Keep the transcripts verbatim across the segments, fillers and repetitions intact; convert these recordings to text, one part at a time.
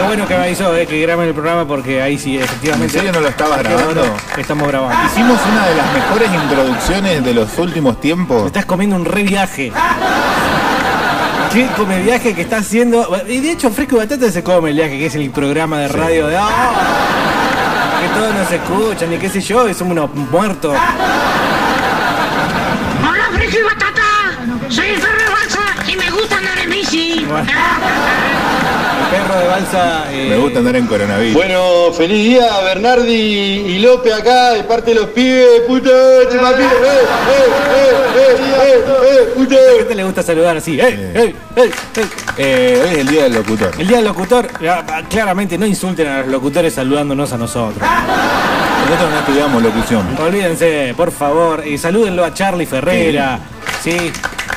bueno que me avisó eh, que graben el programa porque ahí sí, efectivamente. ¿En serio no lo estabas grabando? Estamos grabando. Hicimos una de las mejores introducciones de los últimos tiempos. Me estás comiendo un re viaje. ¿Qué come viaje que está haciendo? Y de hecho, Fresco y Batata se come el viaje, que es el programa de radio sí. de. ¡Oh! Que todos nos escuchan y qué sé yo, y somos unos muertos. Hola, Fresco y Batata. Soy el perro de Balsa y me gusta andar en bici. Bueno. El perro de Balsa. Eh... Me gusta andar en coronavirus. Bueno, feliz día, Bernardi y López acá, de parte de los pibes, puta, chupapi, eh, eh, eh, eh, eh, eh, puta. A la gente le gusta saludar así, eh, eh, eh, eh, eh. Eh, hoy es el día del locutor. El día del locutor, claramente no insulten a los locutores saludándonos a nosotros. Nosotros no estudiamos locución. Olvídense, por favor, y salúdenlo a Charlie Ferrera, sí. ¿sí?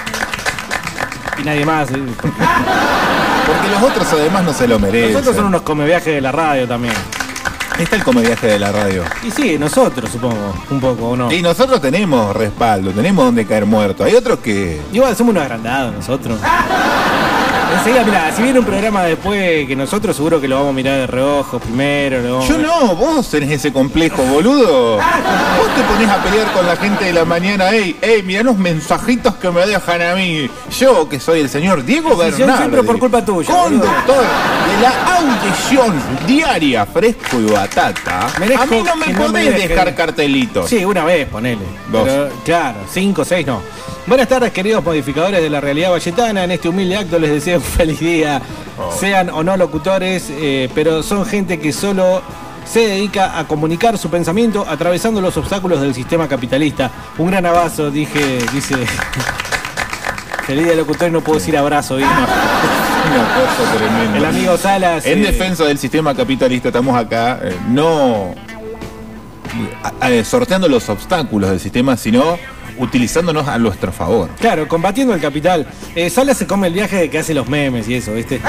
Y nadie más. ¿sí? Porque los otros además no se lo merecen. Nosotros son unos comeviajes de la radio también. Está el comeviaje de la radio. Y sí, nosotros supongo, un poco, ¿o no? Y nosotros tenemos respaldo, tenemos donde caer muerto. Hay otros que... Igual somos unos agrandados nosotros. Enseguida, mirá, si viene un programa después que nosotros seguro que lo vamos a mirar de reojo primero. Lo vamos Yo no, vos tenés ese complejo, boludo. Vos te ponés a pelear con la gente de la mañana. Ey, ey, mirá los mensajitos que me dejan a mí. Yo, que soy el señor Diego sí, Bernardi. Siempre por culpa tuya. Conductor boludo. De la audición diaria Fresco y Batata. Merezco a mí no me podés no me dejar que... cartelitos. Sí, una vez, ponele. Dos. Pero, claro, cinco, seis no. Buenas tardes, queridos modificadores de la realidad valletana. En este humilde acto les deseo un feliz día. Oh. Sean o no locutores, eh, pero son gente que solo se dedica a comunicar su pensamiento atravesando los obstáculos del sistema capitalista. Un gran abrazo, dije, dice. Feliz día locutor y no puedo decir abrazo, ¿viste? Una cosa tremenda. El amigo Salas. En eh... defensa del sistema capitalista estamos acá, eh, no a, a, sorteando los obstáculos del sistema, sino utilizándonos a nuestro favor. Claro, combatiendo el capital. Eh, Salas se come el viaje de que hace los memes y eso, ¿viste?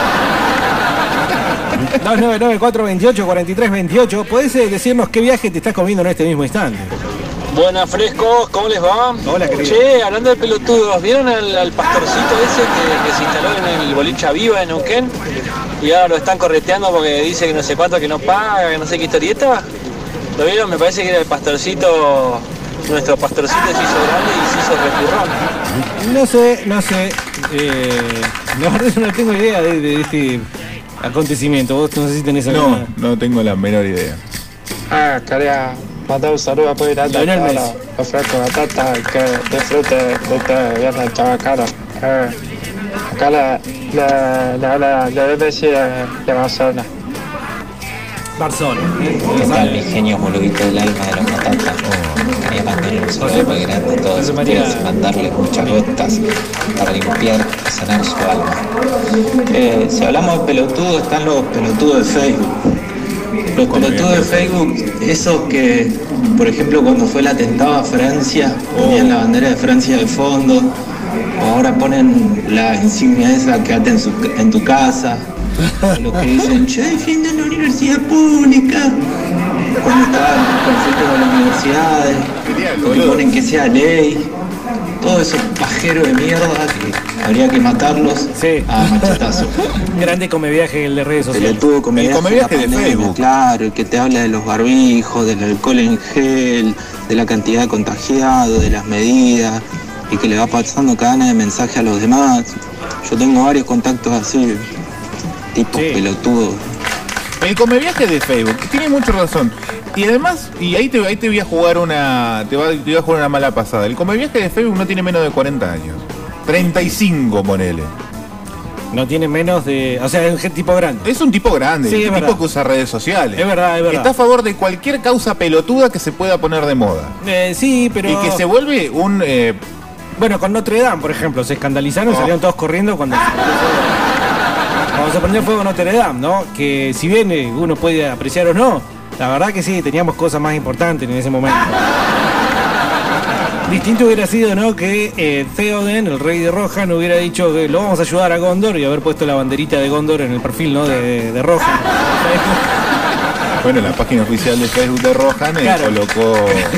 dos nueve nueve cuatro dos ocho cuatro tres dos ocho. ¿Podés eh, decirnos qué viaje te estás comiendo en este mismo instante? Buenas, frescos, ¿cómo les va? Hola, querido. Che, hablando de pelotudos, ¿vieron al, al pastorcito ese que, que se instaló en el boliche Viva en Neuquén? Y ahora lo están correteando porque dice que no sé cuánto, que no paga, que no sé qué historieta. ¿Lo vieron? Me parece que era el pastorcito, nuestro pastorcito se hizo grande y se hizo repurrón. No sé, no sé. Eh, la verdad yo no tengo idea de, de este acontecimiento. Vos no sé si tenés alguna. No, no tengo la menor idea. Ah, quería mandar un saludo a Pirata Lionel para Messi. los Frescos Batata que disfrute de este viernes chabacano. Eh, acá la, la, la, la, la B B C de, de Barcelona. Barcelona. ¿Qué tal, mis genios boluditos del alma de los Batatas? Oh, quería mandarle un saludo muy grande a todos ustedes y mandarles muchas gotas para limpiar y sanar su alma. Eh, si hablamos de pelotudos, están los pelotudos de Facebook. Los pelotudos de Facebook, esos que, por ejemplo, cuando fue el atentado a Francia, ponían la bandera de Francia de fondo, ahora ponen la insignia esa, quédate en, su, en tu casa. Los que dicen, yo defiendo la universidad pública, cuando está en conflicto con las universidades, los que ponen que sea ley, todos esos pajeros de mierda que habría que matarlos sí. a machetazos. Grande comeviaje el de redes sociales. El tuvo comeviaje, el comeviaje de, de Facebook. Claro, el que te habla de los barbijos, del alcohol en gel, de la cantidad de contagiados, de las medidas, y que le va pasando cadena de mensaje a los demás. Yo tengo varios contactos así, tipos sí. pelotudos. El comeviaje de Facebook tiene mucha razón. Y además, y ahí te, ahí te voy a jugar una te, va, te voy a jugar una mala pasada. El comeviaje de Facebook no tiene menos de cuarenta años. treinta y cinco, ponele. No tiene menos de... O sea, es un tipo grande. Es un tipo grande, sí, un tipo verdad. que usa redes sociales. Es verdad, es verdad. Está a favor de cualquier causa pelotuda que se pueda poner de moda. Eh, sí, pero... Y que se vuelve un... Eh... Bueno, con Notre Dame, por ejemplo, se escandalizaron y oh. salieron todos corriendo cuando... Cuando se prendió fuego Notre Dame, ¿no? Que si bien uno puede apreciar o no, la verdad que sí, teníamos cosas más importantes en ese momento. Distinto hubiera sido, ¿no? Que eh, Theoden, el rey de Rohan, hubiera dicho que lo vamos a ayudar a Gondor y haber puesto la banderita de Gondor en el perfil, ¿no? De, de Rohan. Bueno, la página oficial de Facebook de Rohan eh, claro. colocó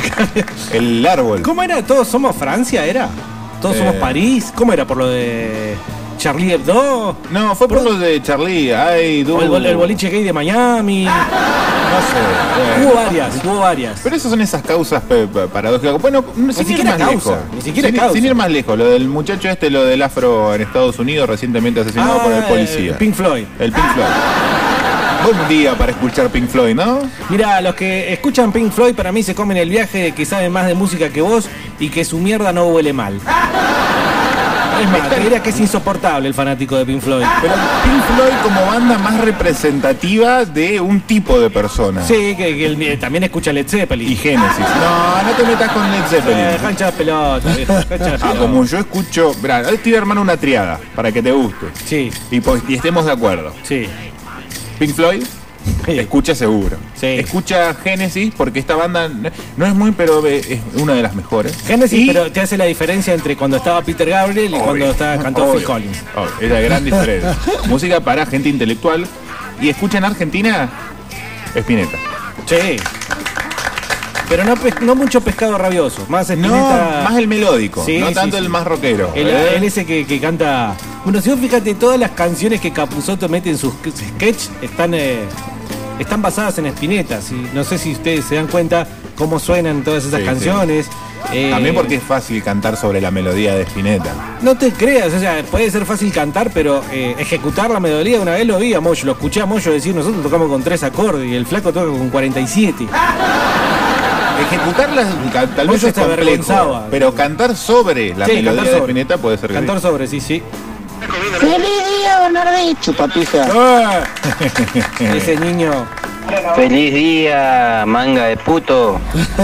el árbol. ¿Cómo era? ¿Todos somos Francia, era? ¿Todos eh... somos París? ¿Cómo era por lo de...? Charlie Hebdo. No, fue por, por lo de Charlie. Ay, o el, bol, el boliche gay de Miami. No sé. Bueno. Hubo varias, hubo varias. Pero esas son esas causas paradójicas. Bueno, ni sin siquiera ir más causa. lejos. Ni siquiera sin, causa. Sin ir más lejos. Lo del muchacho este, lo del afro en Estados Unidos, recientemente asesinado ah, por el policía. El Pink Floyd. El Pink Floyd. Buen día para escuchar Pink Floyd, ¿no? Mira, los que escuchan Pink Floyd para mí se comen el viaje de que saben más de música que vos y que su mierda no huele mal. Es más, te diría que es insoportable el fanático de Pink Floyd. Pero Pink Floyd como banda más representativa de un tipo de persona. Sí, que, que el, también escucha Led Zeppelin. Y Genesis. No, no te metas con Led Zeppelin. Eh, cancha de pelota, viejo, cancha de pelota. Ah, como yo escucho... Mirá, te voy a armar una triada para que te guste. Sí. Y, pues, y estemos de acuerdo. Sí. Pink Floyd, sí. Escucha seguro. Sí. Escucha Genesis, porque esta banda no es muy, pero es una de las mejores. Genesis, y... pero te hace la diferencia entre cuando estaba Peter Gabriel y obvio, cuando estaba, cantó obvio, Phil Collins. Obvio, es la gran diferencia. Música para gente intelectual. Y escucha en Argentina, Spinetta. Sí. Pero no, no mucho pescado rabioso, más Spinetta... No, más el melódico, sí, no sí, tanto sí. el más rockero. El, ¿eh? el ese que, que canta... Bueno, si vos fíjate, todas las canciones que Capusotto mete en sus sketches están, eh, están basadas en Spinetta. ¿Sí? No sé si ustedes se dan cuenta cómo suenan todas esas sí, canciones. Sí. Eh, También porque es fácil cantar sobre la melodía de Spinetta. No te creas, o sea, puede ser fácil cantar, pero eh, ejecutar la melodía, una vez lo vi a Moyo, lo escuché a Moyo decir, nosotros tocamos con tres acordes y el flaco toca con cuarenta y siete. Ejecutarlas tal vez es complejo, pero cantar sobre la sí, melodía sobre. de Spinetta puede ser cantar sobre, sí, sí. ¡Feliz día, Bernardí! Chupapija. ¡Ah! Ese niño. ¡Feliz día, manga de puto!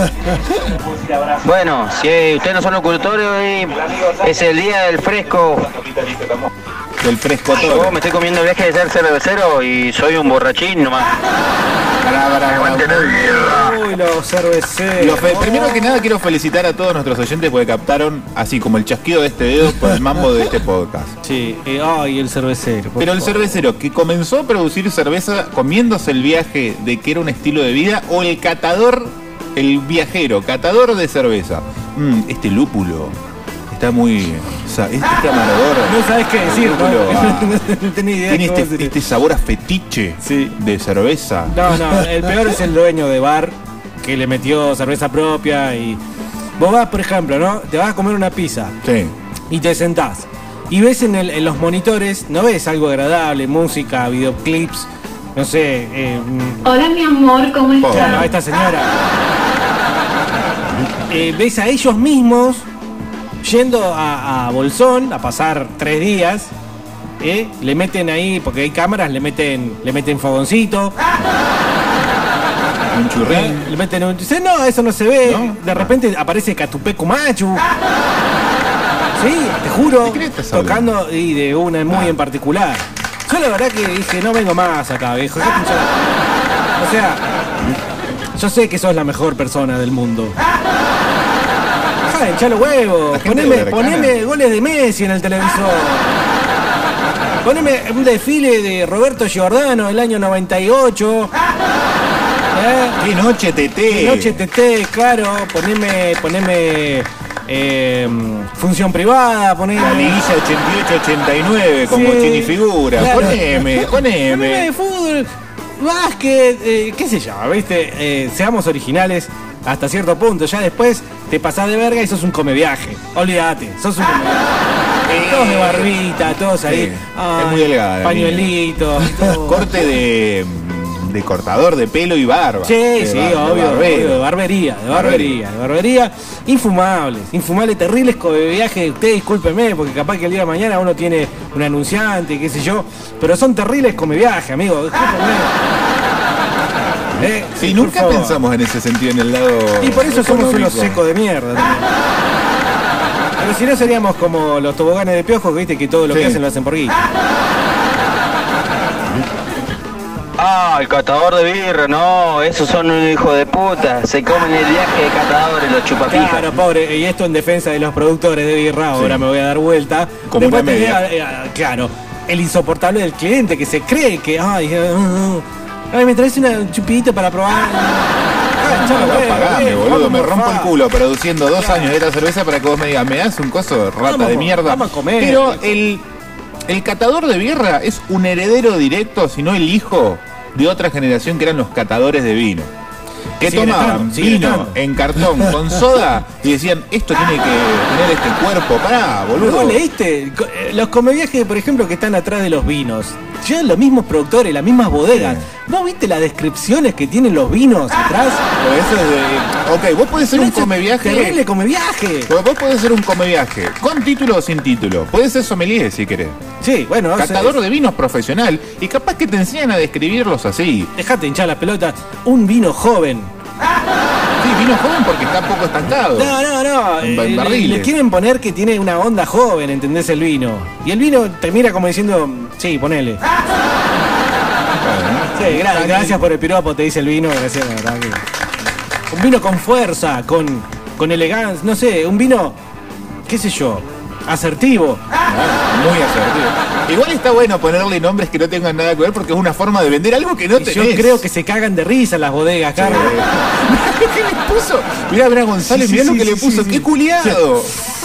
Bueno, si ustedes no son locutores, hoy es el día del fresco. Del fresco todo. Yo me estoy comiendo el viaje de ser cervecero y soy un borrachín nomás. Uy, los cerveceros. Lo fe- Primero que nada quiero felicitar a todos nuestros oyentes porque captaron así como el chasquido de este dedo por el mambo de este podcast. Sí, eh, ay, el cervecero. Pero el cervecero que comenzó a producir cerveza comiéndose el viaje de que era un estilo de vida, o el catador, el viajero, catador de cerveza. Mm, este lúpulo está muy... O sea, este amargor. No sabes qué decir, ¿no? Ah, no tenés idea. Tiene este, este sabor a fetiche sí. de cerveza. No, no, el peor es el dueño de bar que le metió cerveza propia y... Vos vas, por ejemplo, ¿no? Te vas a comer una pizza. Sí. Y te sentás. Y ves en, el, en los monitores, no ves algo agradable, música, videoclips, no sé... Eh, Hola, mi amor, ¿cómo estás? Bueno, esta señora... Eh, ves a ellos mismos... yendo a, a Bolsón a pasar tres días, ¿eh? Le meten ahí, porque hay cámaras, le meten, le meten fogoncito, un churrín, ¿eh? Le meten un, dice, no, eso no se ve, ¿no? De repente aparece Catupecu Machu, sí, te juro, tocando y de una muy ah. en particular. Yo la verdad que dije, no vengo más acá, viejo. O sea, yo sé que sos la mejor persona del mundo. Hinchá los huevos, poneme, poneme goles de Messi en el televisor. Poneme un desfile de Roberto Giordano del año noventa y ocho. ¿Eh? ¡Qué noche teté! ¡Qué noche teté! Claro, poneme, poneme eh, función privada, poneme... La liguilla ochenta y ocho ochenta y nueve con Bochini y figura. Claro. Poneme, poneme. Poneme fútbol, básquet, eh, qué sé yo, ¿viste? Eh, seamos originales. Hasta cierto punto, ya después te pasás de verga y sos un come viaje. Olvídate, sos un come viaje. Eh, todos de barbita, todos ahí. Sí, ay, es muy delgada. Pañuelitos. Corte de, de cortador de pelo y barba. Sí, de sí, bar, obvio, de obvio. De barbería, de barbería, de barbería. Infumables, infumables, terribles come viajes. Ustedes discúlpenme, porque capaz que el día de mañana uno tiene un anunciante, qué sé yo. Pero son terribles come viaje, amigo. Discúlpenme. Eh, sí, nunca pensamos en ese sentido en el lado. Y por eso económico. Somos unos secos de mierda también. Pero si no seríamos como los toboganes de Piojo, que viste que todo lo sí. que hacen lo hacen por guita. Ah, el catador de birra, no, esos son un hijo de puta, se comen el viaje de catadores, los chupapijas. Claro, pobre, y esto en defensa de los productores de birra, ahora sí. me voy a dar vuelta. Como una media. Tenía, claro, el insoportable del cliente que se cree que, ay, uh, uh, ay, me traes una chupidita para probar. Ay, no, no, no, pagame, boludo, me rompo el culo produciendo dos claro. años de esta cerveza para que vos me digas, me das un coso de rata vamos, de mierda. Vamos a comer. Pero el, El catador de birra es un heredero directo, si no el hijo, de otra generación que eran los catadores de vino. Que Sigue tomaban estando, sigue vino estando. en cartón con soda y decían, esto tiene que tener este cuerpo. Pará, boludo. ¿Vos leíste? Co- eh, Los comeviajes, por ejemplo, que están atrás de los vinos. Ya los mismos productores, las mismas bodegas. Sí. ¿Vos viste las descripciones que tienen los vinos atrás? Pero eso es de... Ok, vos podés ser un comeviaje... Terrible comeviaje. Vos vos podés ser un comeviaje, con título o sin título. Podés ser sommelier si querés. Sí, bueno. Catador o sea, de vinos profesional. Y capaz que te enseñan a describirlos así. Dejate hinchar la pelota. Un vino joven. Sí, vino joven porque está poco estancado. No, no, no. En eh, le, barriles. le quieren poner que tiene una onda joven, ¿entendés? El vino. Y el vino te mira como diciendo, sí, ponele. Sí, gra- gracias por el piropo, te dice el vino. Gracias, la verdad que... Un vino con fuerza, con, con elegancia, no sé, un vino, qué sé yo, asertivo. Muy asertivo. Igual está bueno ponerle nombres que no tengan nada que ver porque es una forma de vender algo que no Y tenés. yo creo que se cagan de risa en las bodegas, Carlos. Mirá lo que le puso. Mirá, mirá González, Sí, mirá sí, lo que sí, le sí, puso. sí, ¡Qué sí. culiado!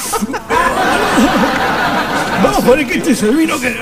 Vamos a poner que este es el vino que...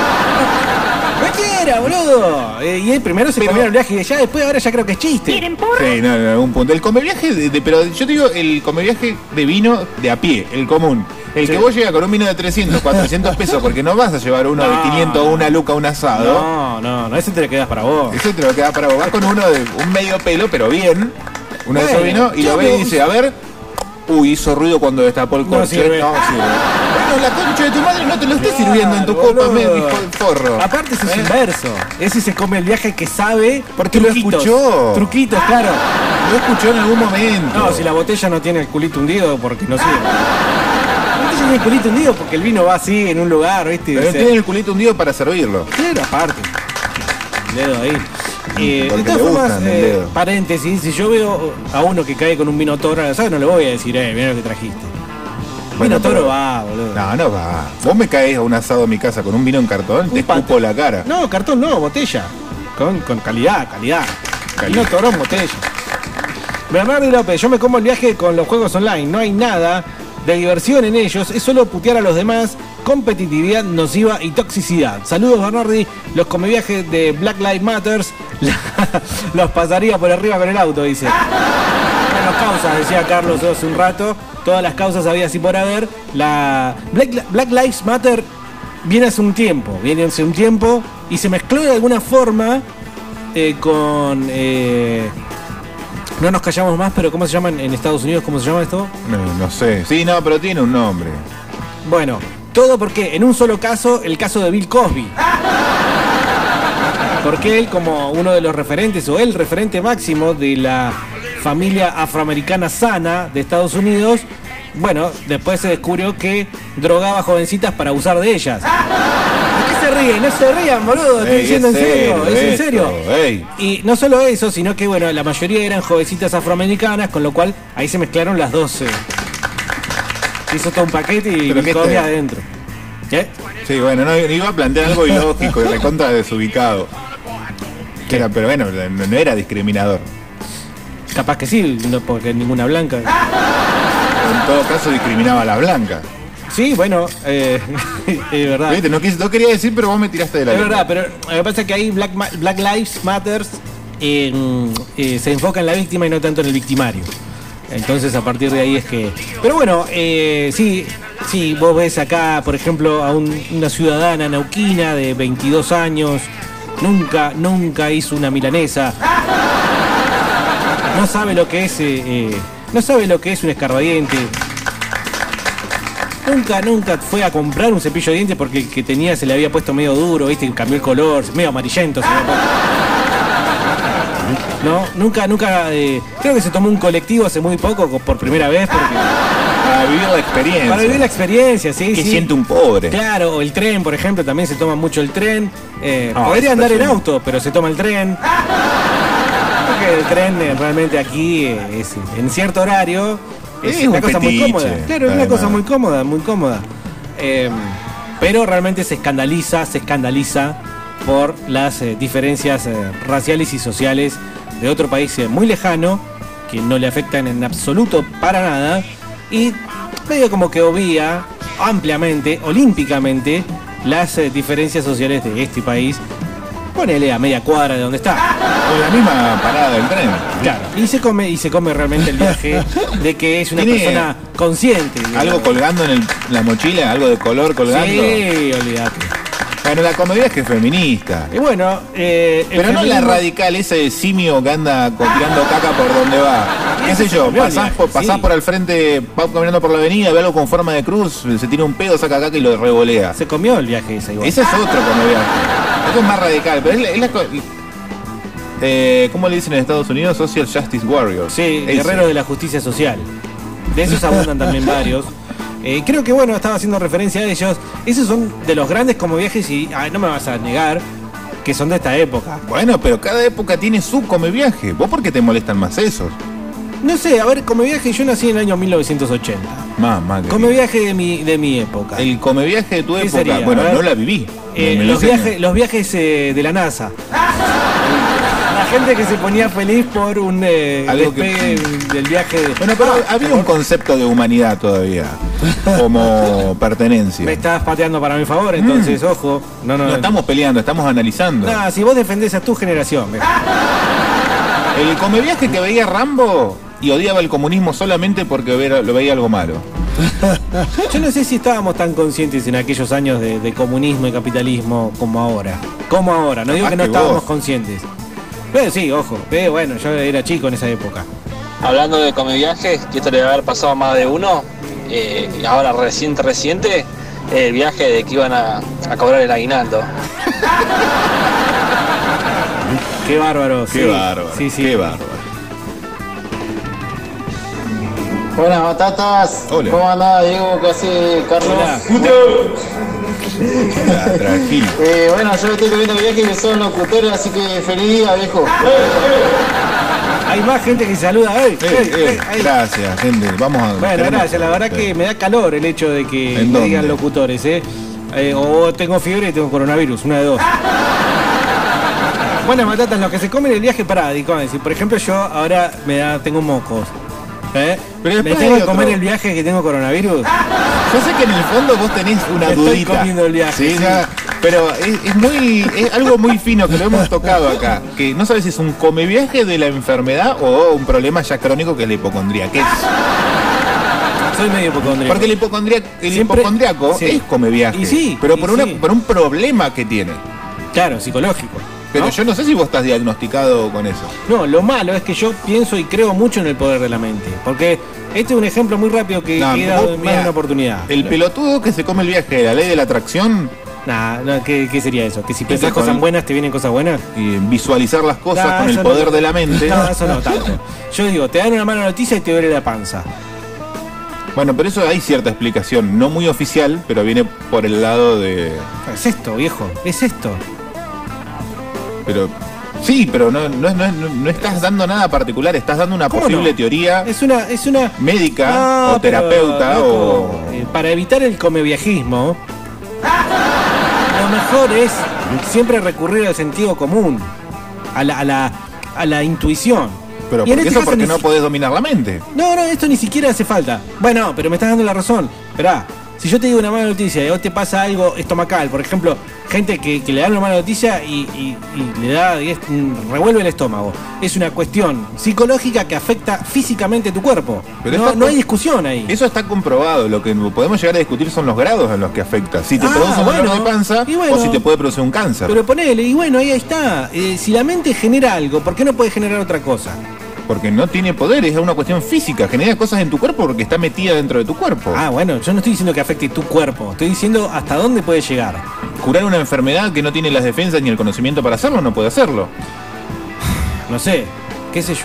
Cualquiera, boludo. Eh, y él primero se Pero- comió el viaje y ya después ahora ya creo que es chiste. Sí, no, en algún punto. El comeviaje, de, de- pero yo te digo, el comeviaje de vino de a pie, el común. El Sí. que vos llegas con un vino de trescientos, cuatrocientos pesos, porque no vas a llevar uno de No. quinientos o una luca a un asado. No, no, no, ese te lo quedas para vos. Eso te lo queda para vos. Vas con uno de un medio pelo, pero bien. Uno de esos Bueno, vino y yo lo ve y veo- dice, a ver. Uy, hizo ruido cuando destapó el No corche. sirve. No sirve. Bueno, la concha de tu madre no te lo esté sirviendo en tu Claro, copa, me boludo. dijo el forro. Aparte ese es ¿Eh? inverso. Ese se come el viaje que sabe. Porque lo truquitos. escuchó. Truquitos, claro. Lo escuchó en algún momento. No, si la botella no tiene el culito hundido, porque no sirve. La botella tiene el culito hundido porque el vino va así en un lugar, ¿viste? Pero O sea, tiene el culito hundido para servirlo. claro, aparte. El dedo ahí. Eh, de Porque todas le formas, gustan el eh, dedo. paréntesis, si yo veo a uno que cae con un vino toro, ¿sabes? No le voy a decir, eh, mira lo que trajiste. Bueno, vino toro pero- va, boludo. No, no va. Vos me caes a un asado en mi casa con un vino en cartón, te Un pat- escupo la cara. No, cartón no, botella. Con, con calidad, calidad. Calidad. Vino toro en botella. Bernardo López, yo me como el viaje con los juegos online. No hay nada de diversión en ellos, es solo putear a los demás, competitividad nociva y toxicidad. Saludos, Bernardi. Los comeviajes de Black Lives Matters los pasaría por arriba con el auto, dice. Bueno, causas, decía Carlos hace un rato. Todas las causas había así por haber. La Black, Black Lives Matter viene hace un tiempo, viene hace un tiempo y se mezcló de alguna forma eh, con... eh, no nos callamos más, pero ¿cómo se llama en Estados Unidos? ¿Cómo se llama esto? No, no sé. Sí, no, pero tiene un nombre. Bueno, todo porque en un solo caso, el caso de Bill Cosby. Porque él, como uno de los referentes o el referente máximo de la familia afroamericana sana de Estados Unidos, bueno, después se descubrió que drogaba jovencitas para abusar de ellas. ¿De qué se ríen? No se rían, boludo, estoy Ey, diciendo en es serio, es en esto, serio. ey. Y no solo eso, sino que bueno, la mayoría eran jovencitas afroamericanas, con lo cual ahí se mezclaron las doce. Hizo todo un paquete y Pero Bill que Cosby este- adentro. ¿Qué? Sí, bueno, no iba a plantear algo ilógico y recontra desubicado. Que era, pero bueno, no, no era discriminador. Capaz que sí, no porque ninguna blanca. En todo caso discriminaba a la blanca. Sí, bueno, eh, es verdad. ¿Viste? No, quise- no quería decir, pero vos me tiraste de la Es lengua. verdad, pero lo que pasa es que ahí Black, Ma- Black Lives Matters eh, eh, se enfoca en la víctima y no tanto en el victimario. Entonces a partir de ahí es que... Pero bueno, eh, sí, sí, vos ves acá, por ejemplo, a un- una ciudadana neuquina de veintidós años, nunca, nunca hizo una milanesa. No sabe lo que es, eh, eh, no sabe lo que es un escarbadiente. Nunca, nunca fue a comprar un cepillo de dientes porque el que tenía se le había puesto medio duro, ¿viste? Y cambió el color, medio amarillento. Se le había puesto. No, nunca, nunca. eh, creo que se tomó un colectivo hace muy poco, por primera vez, porque. Para vivir la experiencia. Para vivir la experiencia, sí, Que sí. siente un pobre. Claro, o el tren, por ejemplo, también se toma mucho el tren. Eh, No, podría esa andar en persona- auto, pero se toma el tren. Porque el tren eh, realmente aquí eh, es en cierto horario. Es Es una un cosa muy fetiche, cómoda. Claro, es una además. cosa muy cómoda, muy cómoda. Eh, pero realmente se escandaliza, se escandaliza por las eh, diferencias eh, raciales y sociales de otro país eh, muy lejano, que no le afectan en absoluto para nada, y medio como que obvia ampliamente, olímpicamente, las eh, diferencias sociales de este país. Ponele a media cuadra de donde está. O la misma parada del tren. Claro. Y se come, y se come realmente el viaje de que es una ¿Tiene persona consciente. algo colgando en el- la mochila? ¿Algo de color colgando? Sí, olvídate. Bueno, la comedia es que es feminista. Y bueno, eh, el Pero no la feminismo- radical, ese simio que anda co- tirando caca por donde va. ¿Qué sé yo? cambió el Pasás, viaje, por, pasás sí. por al frente, va caminando por la avenida, ve algo con forma de cruz, se tira un pedo, saca caca y lo revolea. Se comió el viaje ese igual. Ese es otro comedia. Eso es más radical, pero es la, es la co- eh, ¿cómo le dicen en Estados Unidos? Social Justice Warriors. Sí, Ese. guerrero de la justicia social. De esos abundan también varios. Eh, creo que bueno, estaba haciendo referencia a ellos. Esos son de los grandes como viajes y ay, no me vas a negar que son de esta época. Bueno, pero cada época tiene su come viaje. ¿Vos por qué te molestan más esos? No sé, a ver, come viaje, yo nací en el año mil novecientos ochenta. Más, más. que- Come viaje de mi, de mi época. El come viaje de tu ¿Qué época. sería? Bueno, A ver. no la viví. Eh, Me- me lo los, enseñan. viajes, los viajes eh, de la NASA. La gente que se ponía feliz por un eh, Algo que- despegue del viaje de... Bueno, pero Ah, había un concepto de humanidad todavía, como pertenencia. me estás pateando para mi favor, entonces, ojo. No, no, No estamos peleando, estamos analizando. No, si vos defendés a tu generación. viejo. El come viaje que veía Rambo y odiaba el comunismo solamente porque ver- lo veía algo malo. Yo no sé si estábamos tan conscientes en aquellos años de, de comunismo y capitalismo como ahora. Como ahora, no digo Capaz que no que estábamos vos. conscientes. Pero sí, ojo, eh, bueno, yo era chico en esa época. Hablando de come viajes, que esto le debe haber pasado a más de uno, eh, y ahora reciente, reciente, el viaje de que iban a, a cobrar el aguinaldo. Qué bárbaro, Qué sí. bárbaro, Sí, sí. qué bárbaro. Buenas batatas. Hola. ¿Cómo andás, Diego? ¿Qué haces, Carlos? Hola. Ah, tranquilo. Eh, bueno, yo estoy comiendo viaje que son locutores, así que feliz día, viejo. Hay más gente que saluda. ¡Ey, Eh, ey, eh, ey, ey! gracias, gente. Vamos a. Bueno, tenemos- gracias, la verdad que me da calor el hecho de que ¿En me dónde? digan locutores, ¿eh? Eh, O tengo fiebre y tengo coronavirus, una de dos. Buenas batatas, los que se comen el viaje para, si por ejemplo yo ahora me da, tengo mocos. ¿Eh? Pero ¿Me después tengo hay que comer otro. el viaje que tengo coronavirus? Yo sé que en el fondo vos tenés una Me estoy dudita. comiendo el viaje, Sí, sí. ya, pero es, es muy, es algo muy fino que lo hemos tocado acá. Que no sabes si es un come viaje de la enfermedad o un problema ya crónico que es la hipocondría. ¿Qué es? Soy medio hipocondríaco. Porque el hipocondriaco, el Siempre- hipocondriaco sí. es come viaje. Y sí, pero y por, una, sí. por un problema que tiene. Claro, psicológico. Pero ¿no? yo no sé si vos estás diagnosticado con eso. No, lo malo es que yo pienso y creo mucho en el poder de la mente. Porque este es un ejemplo muy rápido que No, que he dado vos, en más mirá, de una oportunidad. El pelotudo que se come el viaje de la ley de la atracción Nah, no, ¿qué, qué sería eso? ¿Que si piensas con- cosas buenas te vienen cosas buenas? y visualizar las cosas Nah, con el eso poder no. de la mente. No, eso no tanto. Yo digo, te dan una mala noticia y te duele la panza. Bueno, pero eso hay cierta explicación, no muy oficial, pero viene por el lado de... Es esto, viejo, es esto. Pero sí, pero no, no, no, no- no estás dando nada particular, estás dando una ¿Cómo posible no? teoría Es una, es una médica No, o pero, terapeuta loco, o... eh, para evitar el comeviajismo, lo mejor es siempre recurrir al sentido común, a la, a la, a la intuición. Pero Y en porque este eso caso porque ni no si- podés dominar la mente. No, no, esto ni siquiera hace falta. Bueno, pero me estás dando la razón. Esperá, si yo te digo una mala noticia y a vos te pasa algo estomacal, por ejemplo, gente que, que le da una mala noticia y, y- y le da, y es- mm, revuelve el estómago. Es una cuestión psicológica que afecta físicamente tu cuerpo. Pero no, está no con- hay discusión ahí. Eso está comprobado, lo que podemos llegar a discutir son los grados en los que afecta. Si te Ah, produce un dolor bueno, de panza y bueno. o si te puede producir un cáncer. Pero ponele, y bueno, ahí está. Eh, si la mente genera algo, ¿por qué no puede generar otra cosa? Porque no tiene poder, es una cuestión física, genera cosas en tu cuerpo porque está metida dentro de tu cuerpo. Ah, bueno, yo no estoy diciendo que afecte tu cuerpo, estoy diciendo hasta dónde puede llegar. Curar una enfermedad que no tiene las defensas ni el conocimiento para hacerlo, no puede hacerlo. No sé, qué sé yo.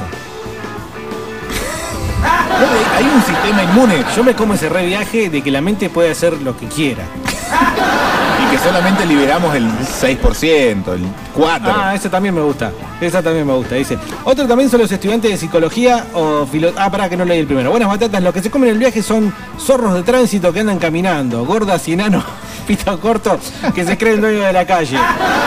Hay un sistema inmune Yo me como ese re viaje de que la mente puede hacer lo que quiera. y que solamente liberamos el seis por ciento, el cuatro por ciento. Ah, eso también me gusta. Esa también me gusta, dice. Otro también son los estudiantes de psicología o filo... Ah, pará, que no leí el primero. Buenas batatas, los que se comen el viaje son zorros de tránsito que andan caminando, gordas y enanos, pito corto, que se creen dueños de la calle.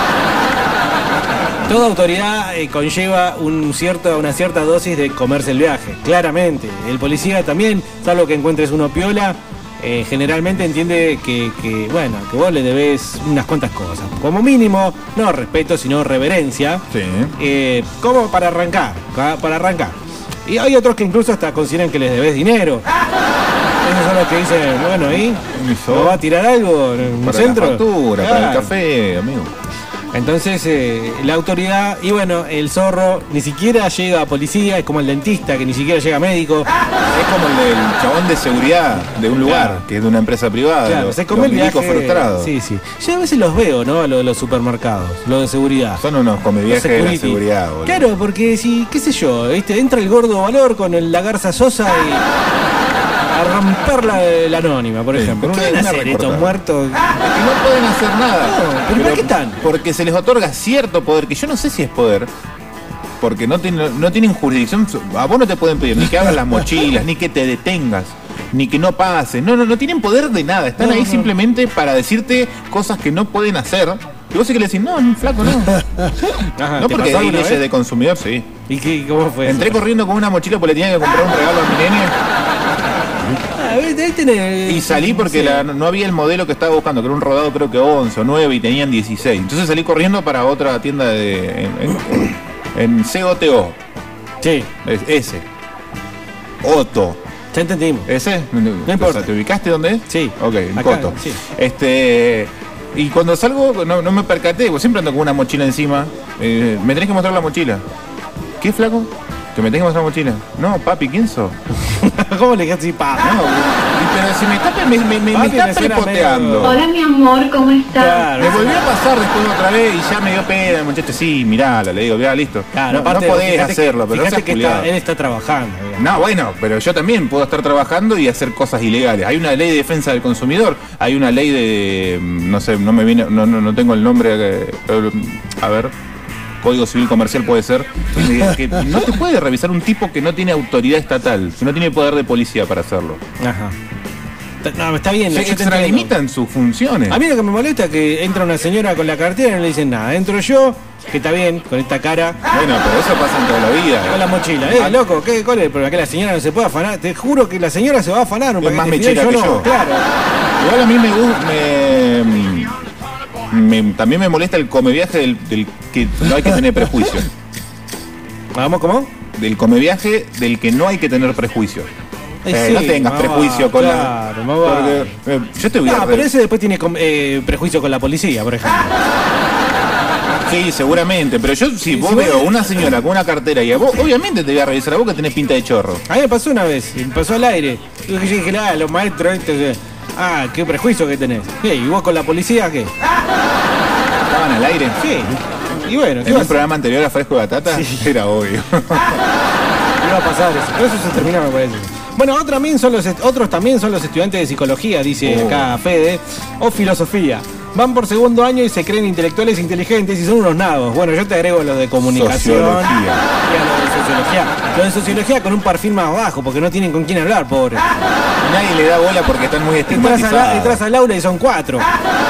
Toda autoridad eh, conlleva un cierto, una cierta dosis de comerse el viaje, claramente. El policía también, salvo que encuentres uno piola, eh, generalmente entiende que, que, bueno, que vos le debés unas cuantas cosas. Como mínimo, no respeto, sino reverencia. Sí. Eh, como para arrancar, para arrancar. Y hay otros que incluso hasta consideran que les debés dinero. Esos son los que dicen, bueno, ¿y? ¿No va a tirar algo en un para centro? La factura, claro. para el café, amigo. Entonces, eh, la autoridad, y bueno, el zorro ni siquiera llega a policía, es como el dentista que ni siquiera llega a médico. Es como el del chabón de seguridad de un lugar, Claro. que es de una empresa privada. Claro, los, se come los el viaje. milicos frustrados. Sí, sí. Yo a veces los veo, ¿no? A lo de los supermercados, lo de seguridad. Son unos comeviajes de la seguridad, boludo. Claro, porque si, qué sé yo, ¿viste? Entra el gordo Valor con el, la Garza Sosa y a romper la, la anónima, por Sí, ejemplo. una- ¿Qué van a una hacer recortada. estos muertos? Es que no pueden hacer nada. No, ¿pero para qué están? Porque se les otorga cierto poder, que yo no sé si es poder, porque no tienen, no tienen jurisdicción. A vos no te pueden pedir ni que abras las mochilas, ni que te detengas, ni que no pases. No, no, no tienen poder de nada. Están No, ahí no. simplemente para decirte cosas que no pueden hacer. Y vos sí que le decís, no, no, flaco, no. Ajá, No ¿te porque pasó hay alguna leyes vez? de consumidor, sí. ¿Y qué, cómo fue? Entré eso? corriendo con una mochila porque le tenía que comprar un regalo a mi nene. Ah, ahí tenés- Y salí porque sí. la- no había el modelo que estaba buscando, que era un rodado creo que once o nueve y tenían dieciséis. Entonces salí corriendo para otra tienda de en, en, en C O T O. Sí, Es, ese. Otto. ya entendimos. ¿Ese? No importa. ¿Te ubicaste dónde es? Sí. Ok, en Acá, Coto. sí. Este. Y cuando salgo, no, no me percaté, porque siempre ando con una mochila encima. Eh, me tenés que mostrar la mochila. ¿Qué, flaco? ¿Que me tenés que mostrar la mochila? No, papi, ¿quién sos? ¿Cómo le dijiste así, pa? No, y- pero si me está, me, me, me, Papi, me está me suena prepoteando. medio- Hola mi amor, ¿cómo estás? Claro. Me volvió a pasar después otra vez y ya me dio pena el muchacho. Sí, mirala, le digo, ya listo. Claro, no, aparte, no podés fíjate que- hacerlo, pero no fíjate seas que culiado. está- él está trabajando. digamos. No, bueno, pero yo también puedo estar trabajando y hacer cosas ilegales. Hay una ley de defensa del consumidor, hay una ley de, no sé, no me viene, no, no, no tengo el nombre, eh, a ver, Código Civil Comercial puede ser, eh, que no te puede revisar un tipo que no tiene autoridad estatal, que no tiene poder de policía para hacerlo. Ajá. No, está bien. Se yo te entiendo. extralimitan sus funciones. A mí lo que me molesta es que entra una señora con la cartera y no le dicen nada. Entro yo, que está bien, con esta cara, Bueno, pero eso pasa en toda la vida. con la mochila. Eh, loco, ¿qué, ¿cuál es el problema? Que la señora no se puede afanar. Te juro que la señora se va a afanar un Es paquete más de fideos, mechera que no. yo. Claro. Igual a mí me gusta, me, me- también me molesta el comeviaje del, del que no hay que tener prejuicio. ¿Vamos cómo? Del comeviaje del que no hay que tener prejuicio. Eh, Eh, sí, no tengas más prejuicio va, con claro, la. más va. Porque, eh, yo te voy a. Ah, re- pero ese después tiene com- eh, prejuicio con la policía, por ejemplo. Sí, seguramente. Pero yo, si Sí, vos si veo vos- una señora con una cartera y a vos, obviamente te voy a revisar a vos que tenés pinta de chorro. A mí me pasó una vez, me pasó al aire. Yo dije, ah, los maestros, este, ah, qué prejuicio que tenés. ¿Qué? ¿Y vos con la policía qué? Estaban al aire. Sí. Y bueno, ¿qué En iba un a, programa anterior a Fresco de Batata, era obvio. iba a pasar eso? Pero eso se terminó, me parece. Bueno, otros también son los, est- otros también son los estudiantes de psicología, dice Oh. acá Fede, o filosofía. Van por segundo año y se creen intelectuales inteligentes y son unos nabos. Bueno, yo te agrego lo de comunicación Sociología. y a lo de sociología. Lo de sociología con un perfil más bajo, porque no tienen con quién hablar, pobre. Y nadie le da bola porque están muy Entras, a la- estigmatizados. entras al aula y son cuatro.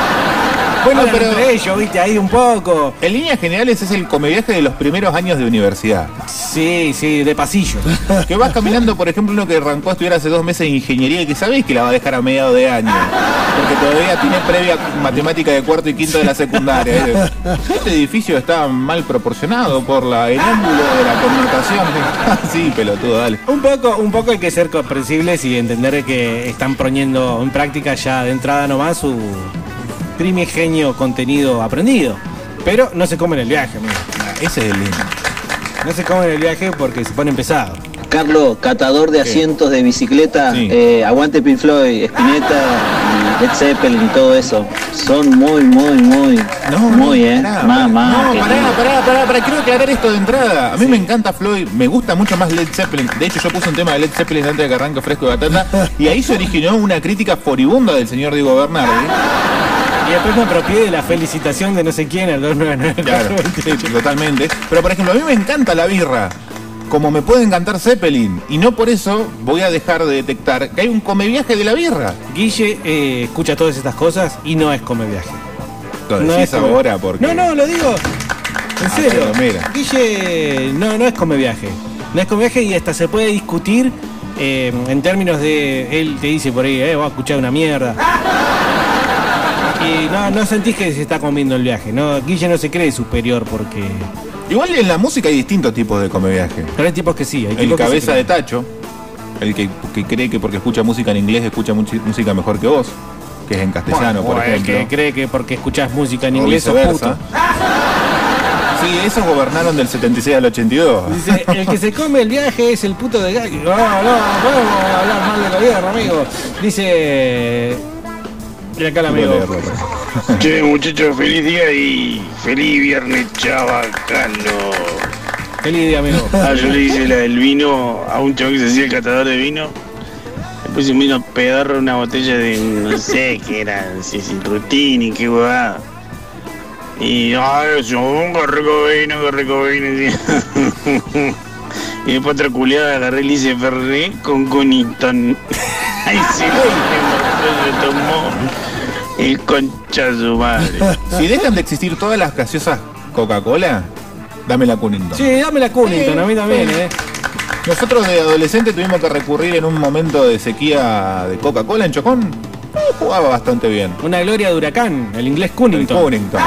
Bueno, Hablan pero entre ellos, viste, ahí un poco. en líneas generales es el comeviaje de los primeros años de universidad. Sí, sí, de pasillo. Que vas caminando, por ejemplo, uno que arrancó a estudiar hace dos meses en ingeniería y que sabés que la va a dejar a mediados de año. Porque todavía tiene previa matemática de cuarto y quinto de la secundaria. ¿eh? Este edificio está mal proporcionado por la, el ángulo de la connotación. Sí, pelotudo, dale. Un poco, un poco hay que ser comprensibles y entender que están poniendo en práctica ya de entrada nomás su primigenio contenido aprendido. Pero no se comen el viaje, amigo. Ese es el lindo. No se comen el viaje porque se ponen pesados. Carlos, catador de ¿Qué? asientos de bicicleta, Sí. eh, aguante Pink Floyd, Spinetta y Led Zeppelin y todo eso. Son muy, muy, muy, muy, eh. pará, Más, pará. más. No, que pará, lindo. pará, pará, pará, quiero aclarar esto de entrada. A mí me encanta Floyd, me gusta mucho más Led Zeppelin. De hecho, yo puse un tema de Led Zeppelin antes de que arranque Fresco de Batata y ahí se originó una crítica furibunda del señor Diego Bernardi. Y después me apropié de la felicitación de no sé quién al dos nueve nueve. Claro, sí, totalmente. Pero por ejemplo, a mí me encanta la birra, como me puede encantar Zeppelin, y no por eso voy a dejar de detectar que hay un comeviaje de la birra. Guille eh, escucha todas estas cosas y no es come viaje. Lo No decís es come- ahora porque... No, no, lo digo. En serio. pero mira. Guille no, no es come viaje. No es come viaje y hasta se puede discutir Eh, en términos de, él te dice por ahí, eh, voy a escuchar una mierda. Y no, no sentís que se está comiendo el viaje, ¿no? Guille no se cree superior porque... Igual en la música hay distintos tipos de come viaje. Pero hay tipos que sí. Hay el tipos cabeza que de tacho, el que, que cree que porque escucha música en inglés escucha música mejor que vos, que es en castellano, bueno, por el ejemplo. que cree que porque escuchás música en O inglés sos viceversa. puto. Sí, esos gobernaron del setenta y seis al ochenta y dos. Dice, el que se come el viaje es el puto de Gay. No, no, no podemos hablar mal del gobierno, amigo. Dice... Mira acá el amigo. Che, muchachos, feliz día y feliz viernes chabacano. Feliz día, amigo. Ah, yo le hice la del vino a un chavo que se hacía el catador de vino. Después se me vino a pedar una botella de no sé qué era, si sin rutini, qué huevada. Y ay, yo, qué rico vino, qué rico vino. Y después otra culiada agarré y le hice Ferré con Conington. Ay, sí, le tomó el concha de su madre. Si dejan de existir todas las gaseosas Coca-Cola, dame la Cunnington. Sí, dame la Cunnington, a mí también, eh. Nosotros de adolescente tuvimos que recurrir en un momento de sequía de Coca-Cola en Chocón. Eh, jugaba bastante bien. Una gloria de huracán, el inglés Cunnington. El Cunnington.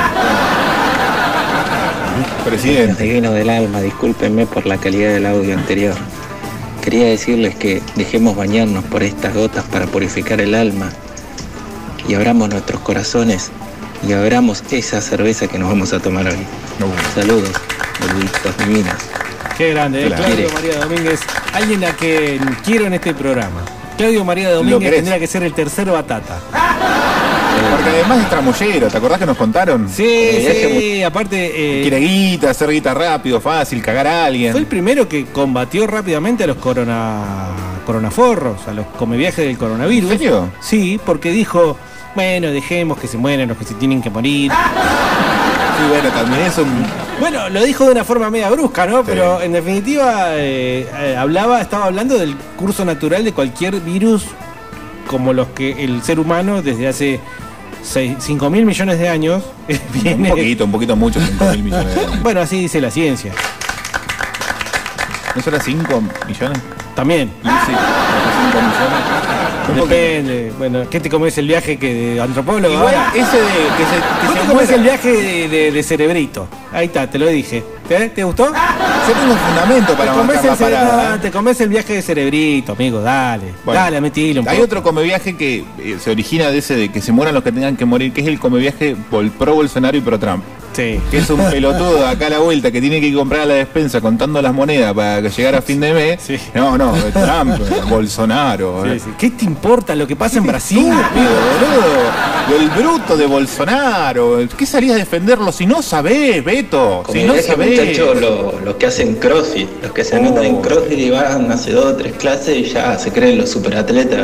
Presidente. Divino del alma, discúlpenme por la calidad del audio anterior. Quería decirles que dejemos bañarnos por estas gotas para purificar el alma y abramos nuestros corazones y abramos esa cerveza que nos vamos a tomar hoy. No. Saludos, boluditos divinos. Qué grande, ¿eh? Claro. Claudio María Domínguez, alguien a quien quiero en este programa. Claudio María Domínguez tendría que ser el tercer batata. Porque además es tramullero, ¿te acordás que nos contaron? Sí, sí, aparte... Eh, Quiere guita, hacer guita rápido, fácil, cagar a alguien. Fue el primero que combatió rápidamente a los corona coronaforros, a los comeviajes del coronavirus. ¿En serio? Sí, porque dijo, bueno, dejemos que se mueran los que se tienen que morir. Sí, bueno, también es un... Bueno, lo dijo de una forma media brusca, ¿no? Sí. Pero en definitiva eh, eh, hablaba, estaba hablando del curso natural de cualquier virus como los que el ser humano desde hace cinco mil millones de años viene... Un poquito, un poquito mucho, cinco mil millones de años. Bueno, así dice la ciencia. ¿No será cinco millones? También. Sí, cinco millones. Depende. Bueno, ¿qué te comes el viaje que de antropólogo? Igual ahora? ese de que se, que ¿Vos se te comes muera? el viaje de, de, de cerebrito? Ahí está, te lo dije. ¿Te, ¿Te gustó? Yo tengo un fundamento para te comes, marcar el la parada, cere- ¿eh? te comes el viaje de cerebrito, amigo, dale. Bueno, dale, metilo un hay poco. otro comeviaje que eh, se origina de ese de que se mueran los que tengan que morir, que es el comeviaje vol- pro Bolsonaro y pro Trump. Sí. Que es un pelotudo acá a la vuelta que tiene que comprar a la despensa contando las monedas para llegar a fin de mes. Sí. No, no, Trump, Bolsonaro. Sí, eh. sí. ¿Qué te importa lo que pasa en Brasil? Estúpido, boludo. El bruto de Bolsonaro. ¿Qué salís a defenderlo si no sabés, Beto? Como Si no que sabés. muchachos, los lo que hacen CrossFit, los que se Oh. anotan en CrossFit y van hace dos o tres clases y ya se creen los superatletas.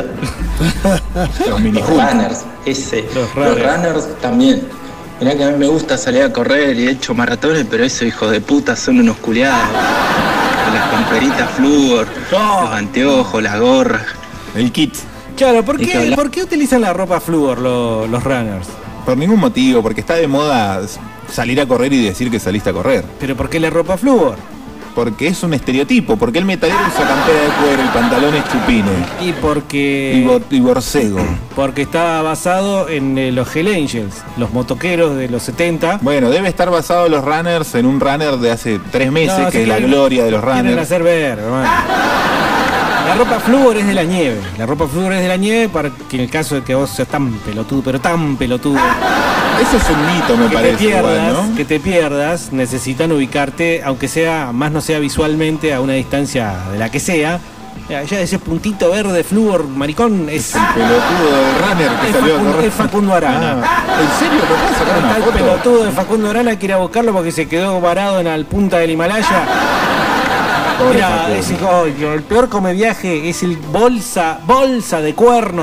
Los mini Los runners, ese. Los Los runners. runners también. Mirá que a mí me gusta salir a correr y he hecho maratones, pero esos hijos de puta son unos culiados. Con las camperitas flúor, No. los anteojos, las gorras. El kit. Claro, ¿por Hay que qué, hablar. ¿por qué utilizan la ropa flúor lo- los runners? Por ningún motivo, porque está de moda salir a correr y decir que saliste a correr. ¿Pero por qué la ropa flúor? Porque es un estereotipo, porque el metalero usa campera de cuero y pantalones chupines. Y porque... Y, bor- y borcego. Porque está basado en eh, los Hell Angels, los motoqueros de los setenta. Bueno, debe estar basado en los runners en un runner de hace tres meses, No, que si es la quieren- gloria de los Quieren runners. hacer ver, hermano. La ropa flúor es de la nieve. La ropa flúor es de la nieve para que en el caso de que vos seas tan pelotudo, pero tan pelotudo, Eso es un mito, me que parece. te pierdas, igual, ¿no? que te pierdas, necesitan ubicarte, aunque sea, más no sea visualmente, a una distancia de la que sea. Ya ya ese puntito verde flúor, maricón, es, El pelotudo de runner que es salió a Facundo, correr. es Facundo Arana. Ah, ¿en serio? ¿Me puedes sacar una Está el foto? pelotudo de Facundo Arana, que ir a buscarlo porque se quedó varado en la punta del Himalaya. Pobre Mira, Facundo. ese, coño, el peor comeviaje es el bolsa, bolsa de cuerno.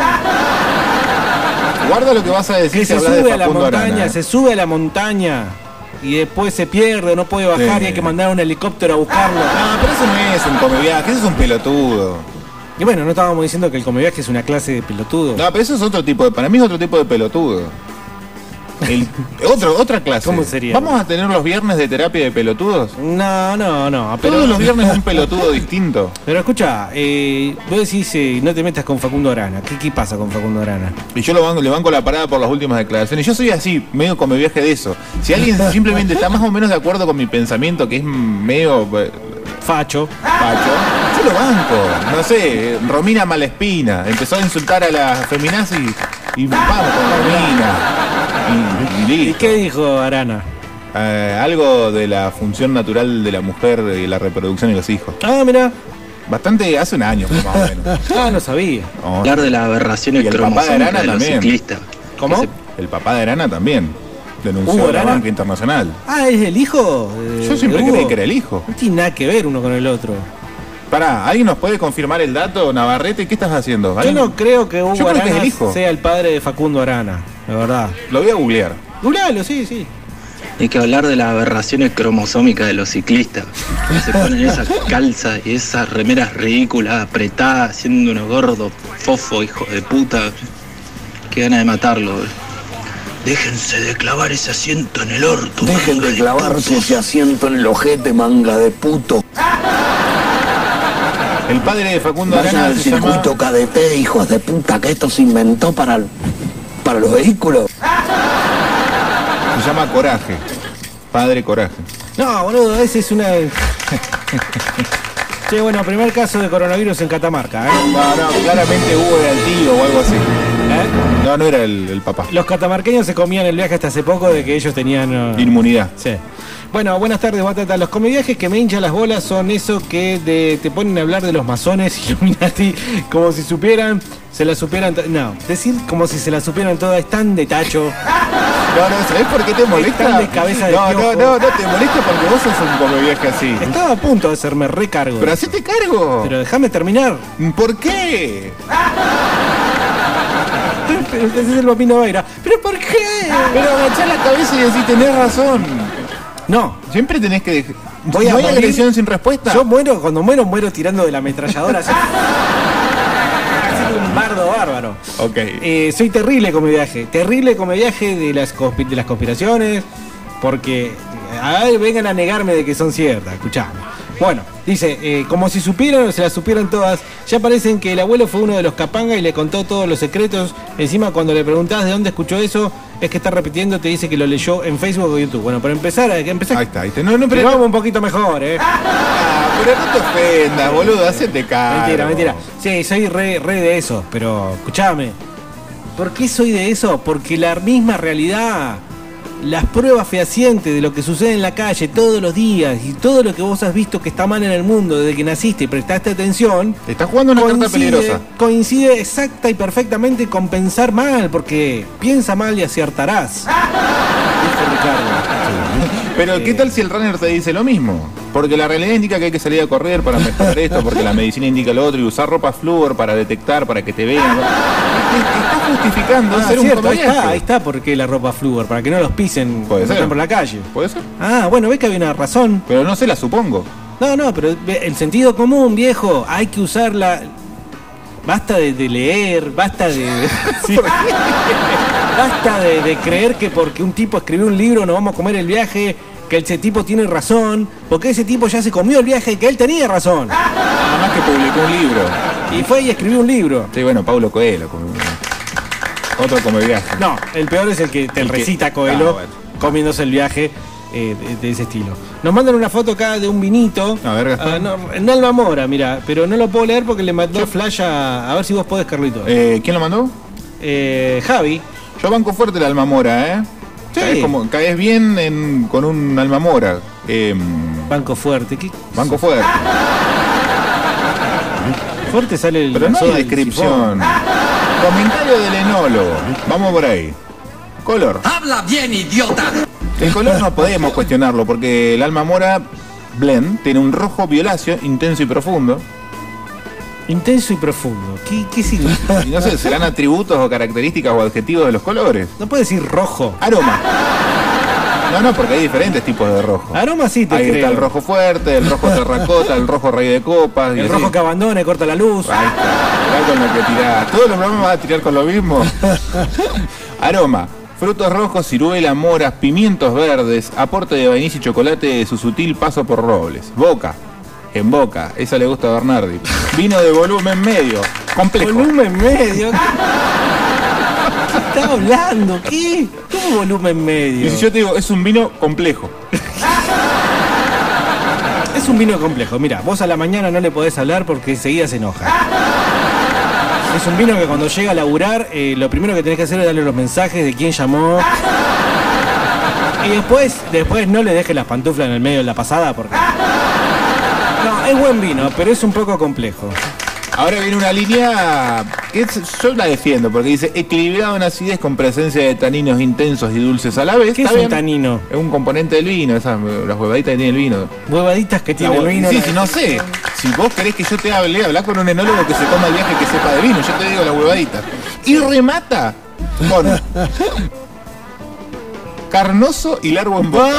Guarda lo que vas a decir Que si se hablas de sube a la Facundo montaña, Arana, ¿eh? se sube a la montaña y después se pierde, no puede bajar Sí. y hay que mandar un helicóptero a buscarlo. No, pero eso no es un comeviaje, eso es un pelotudo. Y bueno, no estábamos diciendo que el comeviaje es una clase de pelotudo. No, pero eso es otro tipo de... Para mí es otro tipo de pelotudo. El, otro, otra clase. ¿Cómo sería? ¿Vamos a tener los viernes de terapia de pelotudos? No, no, no. Pero... Todos los viernes un pelotudo distinto. Pero escucha, eh, vos decís eh, no te metas con Facundo Arana. ¿Qué, qué pasa con Facundo Arana? Y yo lo banco, le banco la parada por las últimas declaraciones. Yo soy así, medio come viaje de eso. Si alguien simplemente está más o menos de acuerdo con mi pensamiento, que es medio... Facho. Facho. Yo lo banco. No sé, Romina Malespina. Empezó a insultar a la feminazi y vamos con Romina. Y, y, ¿Y qué dijo Arana? Eh, algo de la función natural de la mujer y la reproducción y los hijos. Ah, mira. Bastante, hace un año más o menos. Ah, no sabía. No. Hablar de las aberraciones cromosómicas de, de los ciclistas. ¿Cómo? Se... El papá de Arana también denunció ¿Hugo a la Arana? banca internacional. Ah, ¿es el hijo? De, Yo siempre de creí Hugo. que era el hijo. No tiene nada que ver uno con el otro. Pará, ¿alguien nos puede confirmar el dato, Navarrete? ¿Qué estás haciendo? Yo ¿Alguien? no creo que Hugo Yo creo que Arana es el hijo. sea el padre de Facundo Arana, de verdad. Lo voy a googlear. Googlealo, sí, sí. Hay que hablar de las aberraciones cromosómicas de los ciclistas. Se ponen esas calzas y esas remeras ridículas, apretadas, siendo unos gordos fofo, hijos de puta. Qué gana de matarlo. Déjense de clavar ese asiento en el orto. Dejen de clavarse ese asiento en el ojete, manga de puto. El padre de Facundo Vayan Arana al se llama... circuito K D T, hijos de puta, que esto se inventó para, para los vehículos. Se llama Coraje. Padre Coraje. No, boludo, ese es una... Che, bueno, primer caso de coronavirus en Catamarca, ¿eh? No, no, claramente Hugo era el tío o algo así. ¿Eh? No, no era el, el papá. Los catamarqueños se comían el viaje hasta hace poco de que ellos tenían... Uh... Inmunidad. Sí. Bueno, buenas tardes, Batata. Los comeviajes que me hinchan las bolas son eso que de, te ponen a hablar de los masones y Illuminati como si supieran, se la supieran... No, decir como si se la supieran todas es tan de tacho. No, no, ¿sabés por qué te molesta? Tan de cabeza de no, no, piojo. no, no, te molesta porque vos sos un comeviaje así. Estaba a punto de hacerme recargo. Pero hacete cargo. Pero déjame terminar. ¿Por qué? Pero ese es el Papino Veira. ¿Pero por qué? Pero agachá la cabeza y decís, tenés razón. No. Siempre tenés que dejar... Voy a ¿No hay morir. agresión sin respuesta? Yo muero, cuando muero, muero tirando de la ametralladora así. Así un bardo bárbaro. Ok. Eh, soy terrible come viaje. Terrible come viaje de las, conspi- de las conspiraciones. Porque, a ver, vengan a negarme de que son ciertas. Escuchame. Bueno, dice, eh, como si supieran o se las supieran todas, ya parecen que el abuelo fue uno de los capanga y le contó todos los secretos. Encima, cuando le preguntás de dónde escuchó eso, es que está repitiendo, te dice que lo leyó en Facebook o YouTube. Bueno, para empezar, hay que empezar. Ahí está, ahí está. No, no, pero... Pero vamos un poquito mejor, ¿eh? Ah, pero no te ofendas, boludo, hacete cargo. Mentira, mentira. Sí, soy re, re de eso, pero escúchame. ¿Por qué soy de eso? Porque la misma realidad, las pruebas fehacientes de lo que sucede en la calle todos los días y todo lo que vos has visto que está mal en el mundo desde que naciste y prestaste atención, Te estás jugando una carta peligrosa. coincide exacta y perfectamente con pensar mal, porque piensa mal y aciertarás. Dijo Ricardo. Pero Eh. ¿qué tal si el runner te dice lo mismo? Porque la realidad indica que hay que salir a correr para mejorar esto, porque la medicina indica lo otro, y usar ropa flúor para detectar, para que te vean. Te, te estás justificando Ah, ser un cierto, ahí comeviaje. está, ahí está porque la ropa flúor, para que no los pisen Puede cuando ser. están por la calle. ¿Puede ser? Ah, bueno, ves que había una razón. Pero no se la supongo. No, no, pero ve, el sentido común, viejo, hay que usarla. Basta de, de leer, basta de. Sí. Basta de, de creer que porque un tipo escribió un libro nos vamos a comer el viaje, que ese tipo tiene razón, porque ese tipo ya se comió el viaje y que él tenía razón. Nada más que publicó un libro. Y fue y escribió un libro. Sí, bueno, Paulo Coelho. como- Otro comeviaje. No, el peor es el que te El que- recita Coelho Ah, bueno. comiéndose el viaje. Eh, de, de ese estilo. Nos mandan una foto acá de un vinito. A ver, Gastón. Ah, no, en Alma Mora, mira, pero no lo puedo leer porque le mandó flash a. A ver si vos podés, Carlito. Eh, ¿Quién lo mandó? Eh, Javi. Yo banco fuerte la alma mora, ¿eh? Sí. Caes, como, caes bien en- con un alma mora. Eh, Banco fuerte. ¿Qué? banco fuerte. Fuerte sale el. Pero no soda hay del descripción. Comentario del enólogo. Vamos por ahí. Color. ¡Habla bien, idiota! El color no podemos cuestionarlo porque el alma mora blend tiene un rojo violáceo intenso y profundo. Intenso y profundo. ¿Qué, qué significa? Y no sé, serán atributos o características o adjetivos de los colores. No puedes decir rojo. Aroma. No, no, porque hay diferentes tipos de rojo. Aroma sí te Ahí creo. está el rojo fuerte, el rojo terracota, el rojo rey de copas. y El así. rojo que abandona y corta la luz. Ahí está. Mirá con lo que tirás. Todos los programas vas a tirar con lo mismo. Aroma. frutos rojos, ciruela, moras, pimientos verdes, aporte de vainilla y chocolate de su sutil paso por robles. Boca, en boca, esa le gusta a Bernardi. Vino de volumen medio, complejo. ¿Volumen medio? ¿Qué está hablando? ¿Qué? ¿Cómo volumen medio? Y si yo te digo, es un vino complejo. Es un vino complejo. Mira, vos a la mañana no le podés hablar porque enseguida se enoja. Es un vino que cuando llega a laburar, eh, lo primero que tenés que hacer es darle los mensajes de quién llamó. Y después, después no le dejes las pantuflas en el medio de la pasada porque... No, es buen vino, pero es un poco complejo. Ahora viene una línea que es, yo la defiendo porque dice equilibrado en acidez con presencia de taninos intensos y dulces a la vez. ¿Qué es un tanino? Es un componente del vino, esas, las huevaditas que tiene el vino. Huevaditas que tiene el vino. Sí, sí, no sé. Si vos querés que yo te hable, hablá con un enólogo que se toma el viaje que sepa de vino. Yo te digo las huevaditas. Y remata con carnoso y largo en boca.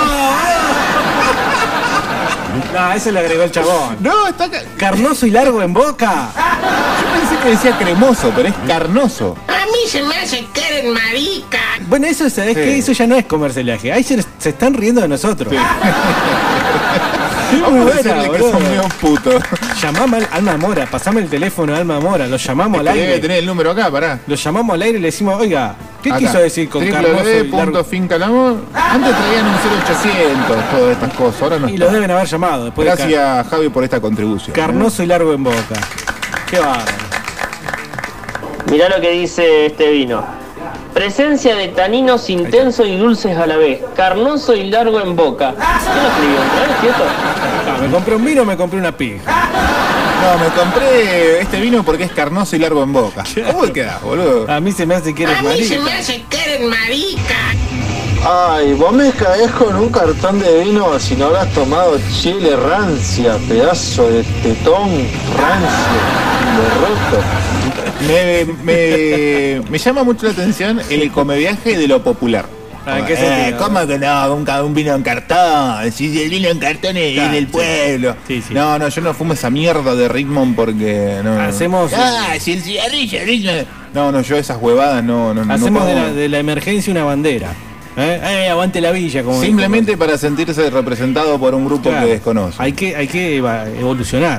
No, ese le agregó el chabón. No, está ca- carnoso y largo en boca. Yo pensé que decía cremoso, pero es carnoso. A mí se me hace que eres marica. Bueno, eso, ¿sabés Sí. qué? Eso ya no es comercialaje. Ahí se, se están riendo de nosotros. Sí. Es muy Vamos a buena, decirle que boludo. son medio putos. Llamame al Alma Mora, pasame el teléfono de Alma Mora, lo llamamos al Es que aire. debe tener el número acá, pará. Lo llamamos al aire y le decimos, oiga, ¿qué Acá. quiso decir con carnoso y largo? www.fincalamor. Antes traían un cero ochocientos, todas estas cosas. Ahora no Y está. los deben haber llamado después de Gracias, Javi, por esta contribución. car- carnoso y largo en boca. Qué bárbaro. Mirá lo que dice este vino. Presencia de taninos intensos y dulces a la vez. Carnoso y largo en boca. ¿Qué lo escribió? ¿No es cierto? No, me compré un vino o me compré una pija. No, me compré este vino porque es carnoso y largo en boca. ¿Cómo te quedás, boludo? A mí se me hace que eres A mí se marica. me hace que eres marica. Ay, vos me caes con un cartón de vino si no habrás tomado chile rancia, pedazo de tetón rancio, de roto. Me, me, me llama mucho la atención el comeviaje de lo popular. Ah, ¿en qué Eh, sentido? ¿Cómo que no? Un, ca- un vino en cartón. Si el vino en cartón es Claro, en el sí. pueblo. Sí, sí. No, no, yo no fumo esa mierda de Rickman porque no. Hacemos- Ah, si el cigarrillo, Rickman. No, no, yo esas huevadas no, no, no Hacemos puedo. de la, de la emergencia una bandera. ¿Eh? Eh, aguante la villa. Como Simplemente para sentirse representado por un grupo Claro. que desconoce. Hay que, hay que eva- evolucionar.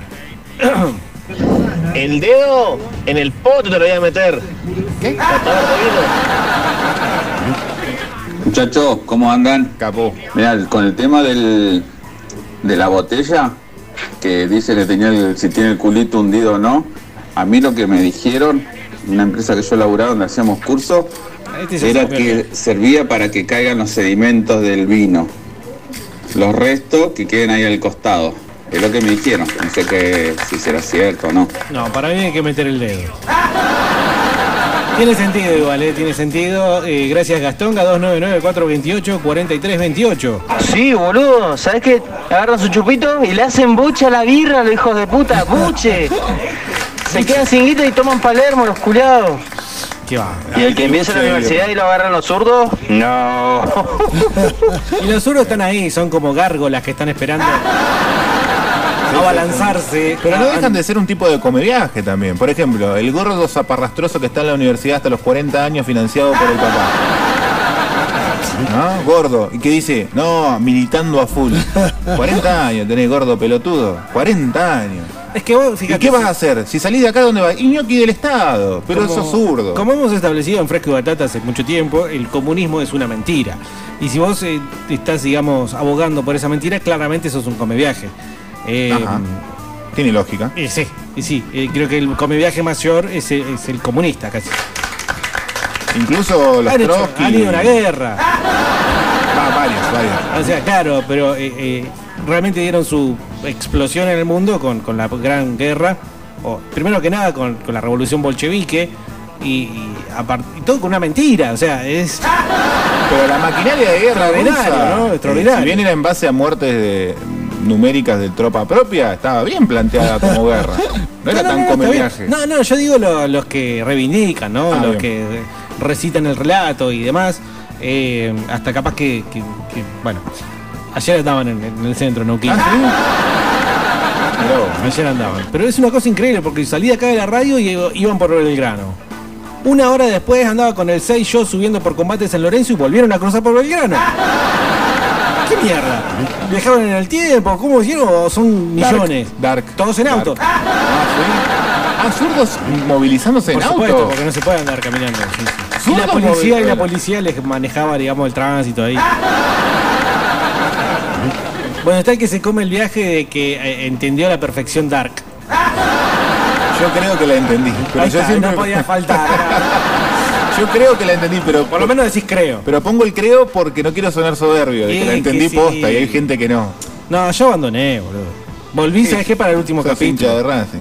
El dedo en el poto te lo voy a meter. ¿Qué? Catador de vino. Muchachos, ¿cómo andan? Capó. Mirá, con el tema del, de la botella, que dice que tenía el- si tiene el culito hundido o no, a mí lo que me dijeron, una empresa que yo laburaba donde hacíamos cursos, Este se era sabe que bien. servía para que caigan los sedimentos del vino. Los restos que queden ahí al costado. Es lo que me dijeron, no sé que, si será cierto o no. No, para mí hay que meter el dedo. Tiene sentido igual, ¿eh? Tiene sentido. Eh, gracias Gastonga, dos nueve nueve, cuatro dos ocho, cuatro tres dos ocho. Sí, boludo. ¿Sabés qué? Agarran su chupito y le hacen buche a la birra, los hijos de puta. ¡Buche! Se quedan sin guita y toman Palermo, los culiados. ¿Qué va? ¿Y el que empieza en la universidad y lo agarran los zurdos? No. Y los zurdos están ahí, son como gárgolas que están esperando a balanzarse. Pero no dejan de ser un tipo de comeviaje también. Por ejemplo, el gordo zaparrastroso que está en la universidad hasta los cuarenta años financiado por el papá. ¿No? Gordo. Y que dice, no, militando a full. cuarenta años tenés, gordo pelotudo. cuarenta años. Es que vos, fíjate. ¿Y qué vas a hacer? Si salís de acá, ¿dónde vas? Y ñoqui del Estado. Pero Como- eso es zurdo. Como hemos establecido en Fresco y Batata hace mucho tiempo, el comunismo es una mentira. Y si vos eh, estás, digamos, abogando por esa mentira, claramente sos un comeviaje. Eh, Ajá. Tiene lógica. Y sí, y sí. eh, creo que el comeviaje mayor es, el- es el comunista casi. Incluso los Han, hecho- Trotsky. han ido a una guerra. Va, varias, varias. O sea, claro, pero eh, eh, realmente dieron su explosión en el mundo con, con la Gran Guerra. O, primero que nada con, con la revolución bolchevique. Y, y, apart- y todo con una mentira. O sea, es. Pero la maquinaria de guerra Extraordinario, rusa, ¿no? eh, Extraordinario. si bien era en base a muertes de, numéricas de tropa propia, estaba bien planteada como guerra. No era No, no, tan no, come está bien. viaje. No, no, yo digo lo- los que reivindican, ¿no? Ah, los bien. que recitan el relato y demás. Eh, hasta capaz que, que- que, bueno, ayer estaban en, en el centro, en Neuquén. Ah, Mirá vos. Ayer andaban. Pero es una cosa increíble porque salí de acá de la radio y iban por Belgrano. Una hora después andaba con el seis yo subiendo por combates en Lorenzo y volvieron a cruzar por Belgrano. ¿Qué mierda? ¿Viajaron en el tiempo? ¿Cómo hicieron? ¿O son millones? Dark. Todos en Dark. auto. Ah, sí. Ah, zurdos movilizándose Por en supuesto, auto. porque no se puede andar caminando. Sí, sí. Y la Zurdos policía y la movil- policía les manejaba, digamos, el tránsito ahí. Bueno, está el que se come el viaje de que eh, entendió a la perfección Dark. Yo creo que la entendí. Pero Ahí yo está, siempre... no podía faltar. Yo creo que la entendí, pero Por lo menos decís creo. Pero pongo el creo porque no quiero sonar soberbio, de Sí, que la que entendí sí. posta y hay gente que no. No, yo abandoné, boludo. Volví, Sí. ¿sabes qué? Para el último Sos hincha capítulo. de Racing.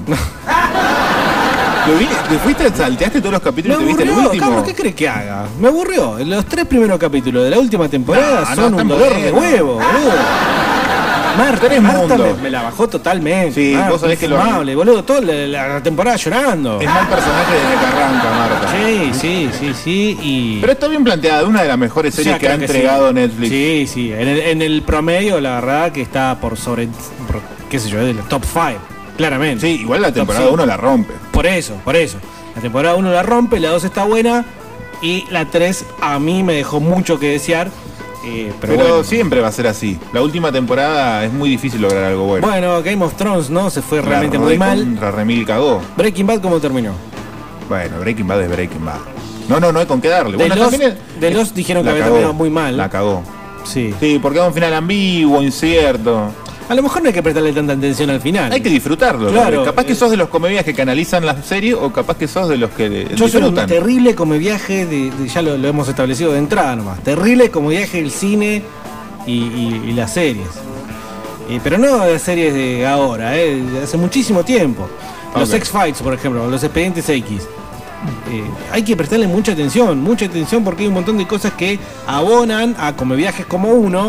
Lo vi- ¿Te fuiste, salteaste todos los capítulos Me y te viste el aburrió, último? Carlos, ¿qué crees que haga? Me aburrió. Los tres primeros capítulos de la última temporada No, no, son un están dolor de buenos. huevo, boludo. Marta, Tres Marta me, mundos. me la bajó totalmente. Sí, Marta, vos sabés que lo- infumable, boludo, toda la, la temporada llorando. Es mal personaje desde que arranca, Marta. Sí, sí, sí, sí. Y... Pero está bien planteada, una de las mejores O sea, series que creo ha que entregado sí. Netflix. Sí, sí. En el, en el promedio, la verdad, que está por sobre, por, qué sé yo, de los top cinco, claramente. Sí, igual la Top temporada cinco. uno la rompe. Por eso, por eso. La temporada uno la rompe, la dos está buena y la tres a mí me dejó mucho que desear. eh, pero Pero bueno. siempre va a ser así. La última temporada es muy difícil lograr algo bueno. Bueno, Game of Thrones, ¿no? Se fue La realmente muy mal. recontra remil cagó. Breaking Bad, ¿cómo terminó? Bueno, Breaking Bad es Breaking Bad. No, no, no hay con qué darle. De Bueno, los, también es- de los dijeron que la había cagó, terminado muy mal. La cagó. Sí. Sí, porque es un final ambiguo, incierto. A lo mejor no hay que prestarle tanta atención al final. Hay que disfrutarlo. Claro. Capaz que Eh, sos de los comedias que canalizan la serie o capaz que sos de los que Yo soy un disfrutan. terrible como viaje, de, de- ya lo, lo hemos establecido de entrada nomás. Terrible como viaje del cine y, y- y las series. Eh, pero no de series de ahora, eh, de hace muchísimo tiempo. Los Ok. X-Files, por ejemplo, los Expedientes X. Eh, hay que prestarle mucha atención, mucha atención porque hay un montón de cosas que abonan a come viajes como uno.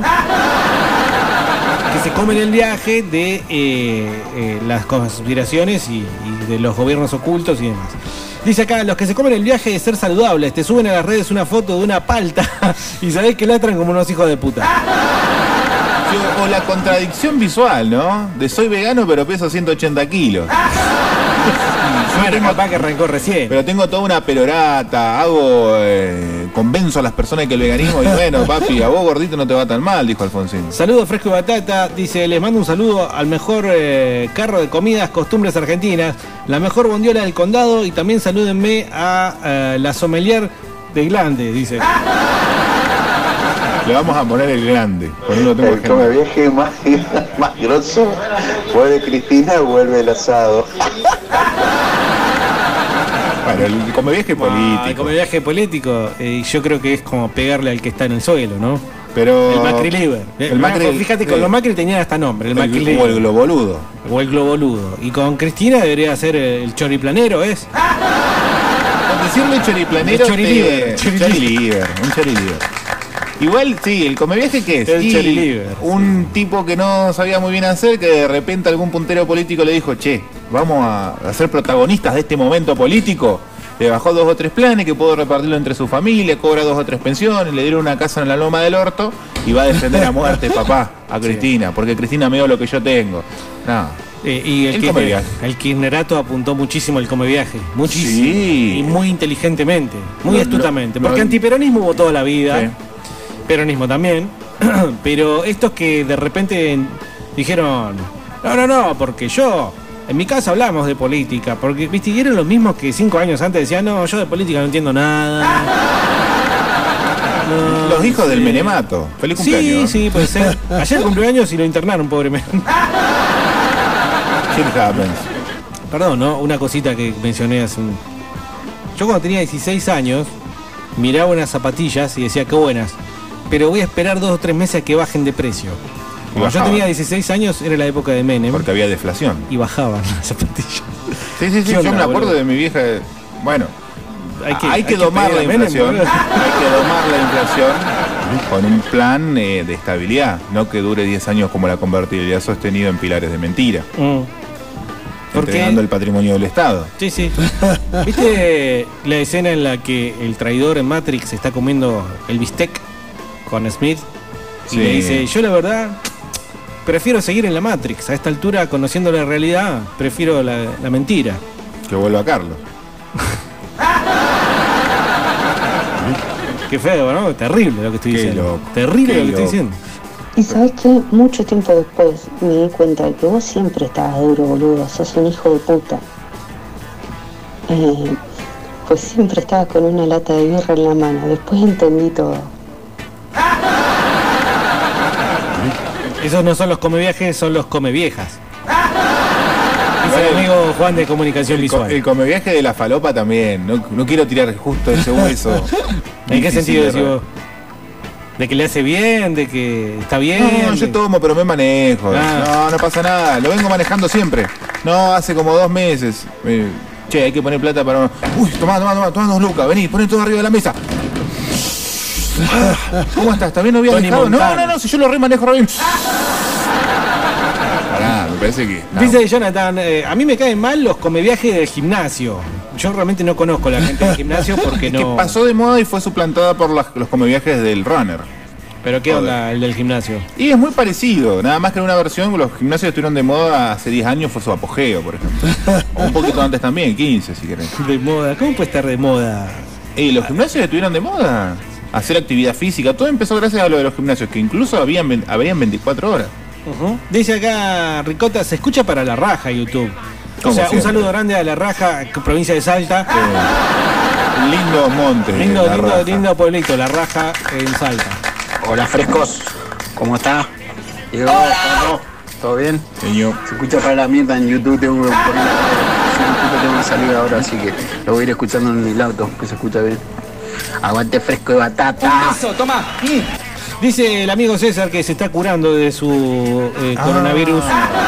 Que se comen el viaje de eh, eh, las conspiraciones y, y de los gobiernos ocultos y demás. Dice acá, los que se comen el viaje de ser saludables, te suben a las redes una foto de una palta y sabés que latran como unos hijos de puta. Sí, O la contradicción visual, ¿no? De soy vegano pero peso ciento ochenta kilos. Bueno, capaz que arrancó recién. Pero tengo toda una perorata, hago, eh, convenzo a las personas que el veganismo, y bueno, papi, a vos gordito no te va tan mal, dijo Alfonsín. Saludos Fresco y Batata, dice, les mando un saludo al mejor eh, carro de comidas, costumbres argentinas, la mejor bondiola del condado y también salúdenme a eh, la sommelier de Glande, dice. Le vamos a poner el grande. Por no lo tengo El ejemplo. come viaje más, más grosso. Vuelve Cristina, vuelve el asado. Bueno, el come viaje político. Ah, el come viaje político, eh, yo creo que es como pegarle al que está en el suelo, ¿no? Pero El Macri Liber. El Macri, Fíjate, con sí. los Macri tenían hasta nombre, el, El- Macri o Liber. el globoludo. O el globoludo. Y con Cristina debería ser el choriplanero, ¿es? Con decirle choriplanero. El choriliver, te- choriliver. choriliver, un choriliver. Igual, sí, el come viaje que es. El Y choriliver, un tipo que no sabía muy bien hacer, que de repente algún puntero político le dijo, che, vamos a, a ser protagonistas de este momento político. Le bajó dos o tres planes que pudo repartirlo entre su familia, cobra dos o tres pensiones, le dieron una casa en la loma del orto y va a defender a muerte, papá, a Cristina, porque Cristina me dio lo que yo tengo. No. Eh, y el, El Kirchner- come viaje. el kirchnerato apuntó muchísimo el come viaje. Muchísimo. Sí. Y muy inteligentemente, muy Lo- astutamente. lo- Porque lo- antiperonismo hubo toda la vida. Sí. Peronismo también. Pero estos que de repente dijeron, no, no, no, porque yo, en mi casa hablamos de política. Porque, viste, y eran los mismos que cinco años antes decían, no, yo de política no entiendo nada. No, Los hijos del sí. Menemato. Feliz Sí, cumpleaños. sí, puede ser. Ayer cumplió años y lo internaron, pobre men. Shit happens. Perdón, ¿no? Una cosita que mencioné hace un... Yo cuando tenía dieciséis años, miraba unas zapatillas y decía, qué buenas. Pero voy a esperar dos o tres meses a que bajen de precio. Y Cuando yo bajaban. tenía dieciséis años, era la época de Menem. Porque había deflación. Y bajaban las zapatillas. Sí, sí, sí, ¿Qué yo onda, me acuerdo boludo? de mi vieja. Bueno, Hay que, hay que hay que domar la pedir a Menem, inflación. boludo. Hay que domar la inflación con un plan eh, de estabilidad, no que dure diez años como la convertibilidad sostenida en pilares de mentira. Mm. Porque- Entregando el patrimonio del Estado. Sí, sí. ¿Viste la escena en la que el traidor en Matrix está comiendo el bistec con Smith? Y Sí. le dice, yo la verdad prefiero seguir en la Matrix. A esta altura, conociendo la realidad, prefiero la, la mentira. Que vuelva Carlos. Qué feo, ¿no? Terrible lo que estoy Qué diciendo. loco. Terrible Qué lo que loco. estoy diciendo. Y sabes que mucho tiempo después me di cuenta de que vos siempre estabas duro, boludo. Sos un hijo de puta. Eh, pues siempre estabas con una lata de birra en la mano. Después entendí todo. Esos no son los come viajes, son los come viejas. Dice el amigo Juan de Comunicación El, co- Visual. el comeviaje de la falopa también. No, no quiero tirar justo ese hueso. ¿En qué Difícil sentido de decís re- vos? ¿De que le hace bien? ¿De que está bien? No, yo tomo, pero me manejo. Ah. No, no pasa nada. Lo vengo manejando siempre. No, hace como dos meses. Eh, che, hay que poner plata para... Uy, tomá, tomá, tomá, tomá dos lucas. Vení, poné todo arriba de la mesa. ¿Cómo estás? ¿También no había Tony dejado? No, Montana. no, no, si yo lo remanejo re bien. Pará, me parece que... no. Dice Jonathan, eh, a mí me caen mal los come viajes del gimnasio. Yo realmente no conozco a la gente del gimnasio porque Es que no... pasó de moda y fue suplantada por las- los comeviajes del runner. ¿Pero qué Joder. onda el del gimnasio? Y es muy parecido, nada más que en una versión, los gimnasios estuvieron de moda hace diez años, fue su apogeo, por ejemplo. O un poquito antes también, quince si querés. De moda, ¿cómo puede estar de moda? Y los gimnasios estuvieron de moda. Hacer actividad física, todo empezó gracias a lo de los gimnasios, que incluso habían, ve- habrían veinticuatro horas. Ujú. Dice acá Ricota, se escucha para La Raja YouTube. O Como sea, un siempre. saludo grande a La Raja, provincia de Salta. Lindo monte. Lindo, La lindo, Raja. lindo pueblito, La Raja en Salta. Hola frescos, ¿cómo está? Diego, ¿cómo? ¿Todo bien? Señor. Se escucha para la mierda en YouTube, tengo que poner la- tengo una salida ahora, así que lo voy a ir escuchando en el auto, que se escucha bien. Aguante fresco de batata. Eso, toma. Dice el amigo César que se está curando de su eh, coronavirus.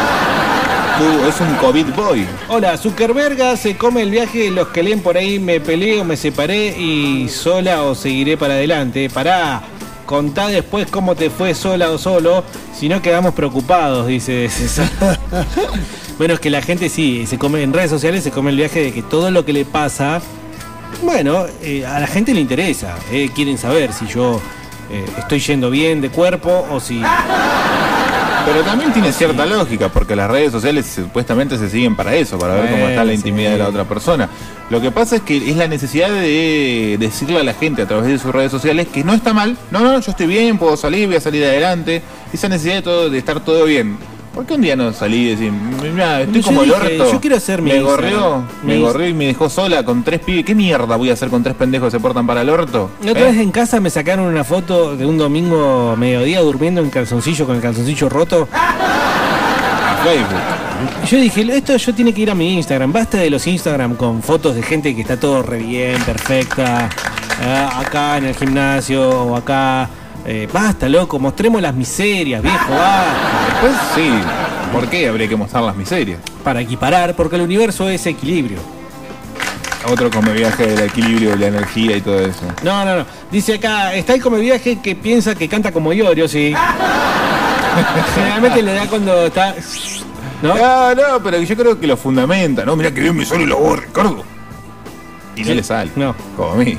Uh, es un COVID boy. Hola, Zuckerberga se come el viaje, los que leen por ahí me peleo, me separé y sola o seguiré para adelante. Pará, contá después cómo te fue sola o solo, si no quedamos preocupados, dice César. Bueno, es que la gente sí, se come en redes sociales, se come el viaje de que todo lo que le pasa, bueno, eh, a la gente le interesa, eh, quieren saber si yo eh, estoy yendo bien de cuerpo o si... Pero también tiene cierta lógica, porque las redes sociales supuestamente se siguen para eso, para ver cómo está la Eh, intimidad sí. de la otra persona. Lo que pasa es que es la necesidad de decirle a la gente a través de sus redes sociales que no está mal, no, no, yo estoy bien, puedo salir, voy a salir adelante. Esa necesidad de, todo, de estar todo bien. ¿Por qué un día no salí y decir, mira, estoy Yo como el dije, orto? yo quiero hacer mi Me Instagram. gorreó, me Mi- gorreó y me dejó sola con tres pibes. ¿Qué mierda voy a hacer con tres pendejos que se portan para el orto? La otra ¿Eh? vez en casa me sacaron una foto de un domingo mediodía durmiendo en calzoncillo con el calzoncillo roto. A Facebook. Y yo dije, esto yo tiene que ir a mi Instagram. Basta de los Instagram con fotos de gente que está todo re bien, perfecta, eh, acá en el gimnasio o acá. Eh, basta, loco, mostremos las miserias, viejo, basta. Después sí, ¿por qué habría que mostrar las miserias? Para equiparar, porque el universo es equilibrio. Otro come viaje del equilibrio, de la energía y todo eso. No, no, no. Dice acá, está el come viaje que piensa que canta como Iorio, sí. Generalmente le da cuando está... ¿No? Ah, no, pero yo creo que lo fundamenta, ¿no? Mirá que bien me sale la voz, Ricardo. Y no Sí. le sale. No. Como a mí.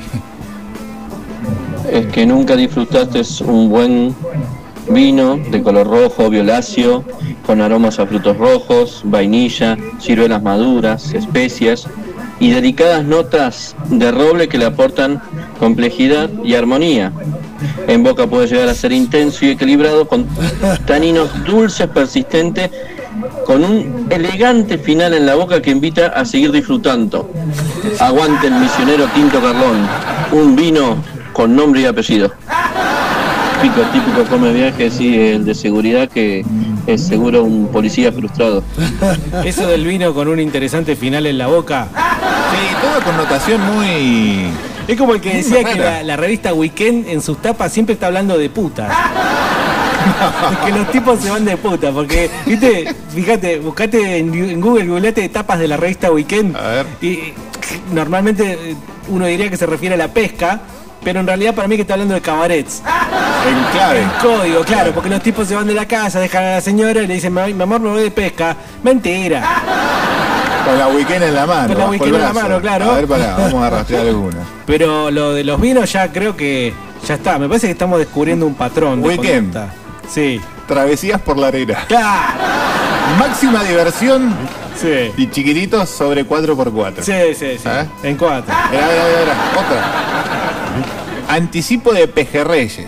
Es que nunca disfrutaste un buen vino de color rojo, violáceo, con aromas a frutos rojos, vainilla, ciruelas maduras, especias y delicadas notas de roble que le aportan complejidad y armonía. En boca puede llegar a ser intenso y equilibrado con taninos dulces persistentes, con un elegante final en la boca que invita a seguir disfrutando. Aguante el misionero Tinto Carlón, un vino con nombre y apellido. Típico, típico come viaje, sí, el de seguridad que es seguro un policía frustrado. Eso del vino con un interesante final en la boca. Sí, toda connotación muy... Es como el que Muy decía que rara. la, la revista Weekend en sus tapas siempre está hablando de putas. Es que los tipos se van de puta, porque, viste, fíjate, buscate en, en Google, googleate tapas de la revista Weekend. A ver. Y normalmente eh, uno diría que se refiere a la pesca, pero en realidad para mí que está hablando de cabarets. En clave. En código, claro, porque los tipos se van de la casa, dejan a la señora y le dicen, mi amor, me voy de pesca. Mentira. Con la weekend en la mano. Con la bajo el weekend en la brazo. mano, claro. A ver, pará, vamos a rastrear alguna. Pero lo de los vinos ya creo que ya está. Me parece que estamos descubriendo un patrón de Weekend. conducta. Sí. Travesías por la arena. ¡Claro! Máxima diversión Sí. y chiquititos sobre cuatro por cuatro. Sí, sí, sí. ¿Eh? En cuatro. Mirá, mirá, mirá, mirá. Otra. Anticipo de pejerreyes.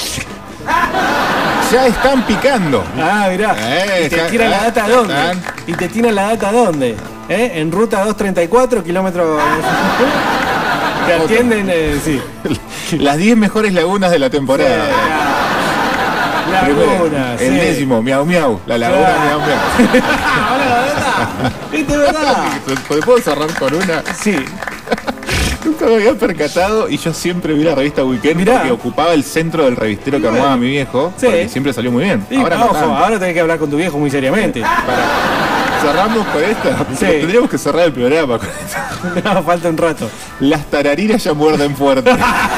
Ya están picando. Ah, mirá. Eh, ¿Y te ya- tiran la ah, data ya dónde? están. ¿Y te tiran la data dónde? ¿Eh? En ruta doscientos treinta y cuatro, kilómetros... Te atienden, eh, sí. Las diez mejores lagunas de la temporada. Primero, Laguna, el sí. décimo, miau miau. La laguna Claro. miau miau. ¿Viste, verdad? ¿Te puedo cerrar con una? Sí. Nunca me había percatado y yo siempre vi la revista Weekend Mirá. porque ocupaba el centro del revistero que Y bueno. armaba mi viejo. Sí. Porque siempre salió muy bien. Y, Ahora no ojo, tanto. ahora tenés que hablar con tu viejo muy seriamente. Cerramos con esta. Sí. Tendríamos que cerrar el programa con esto. No, falta un rato. Las tarariras ya muerden fuerte.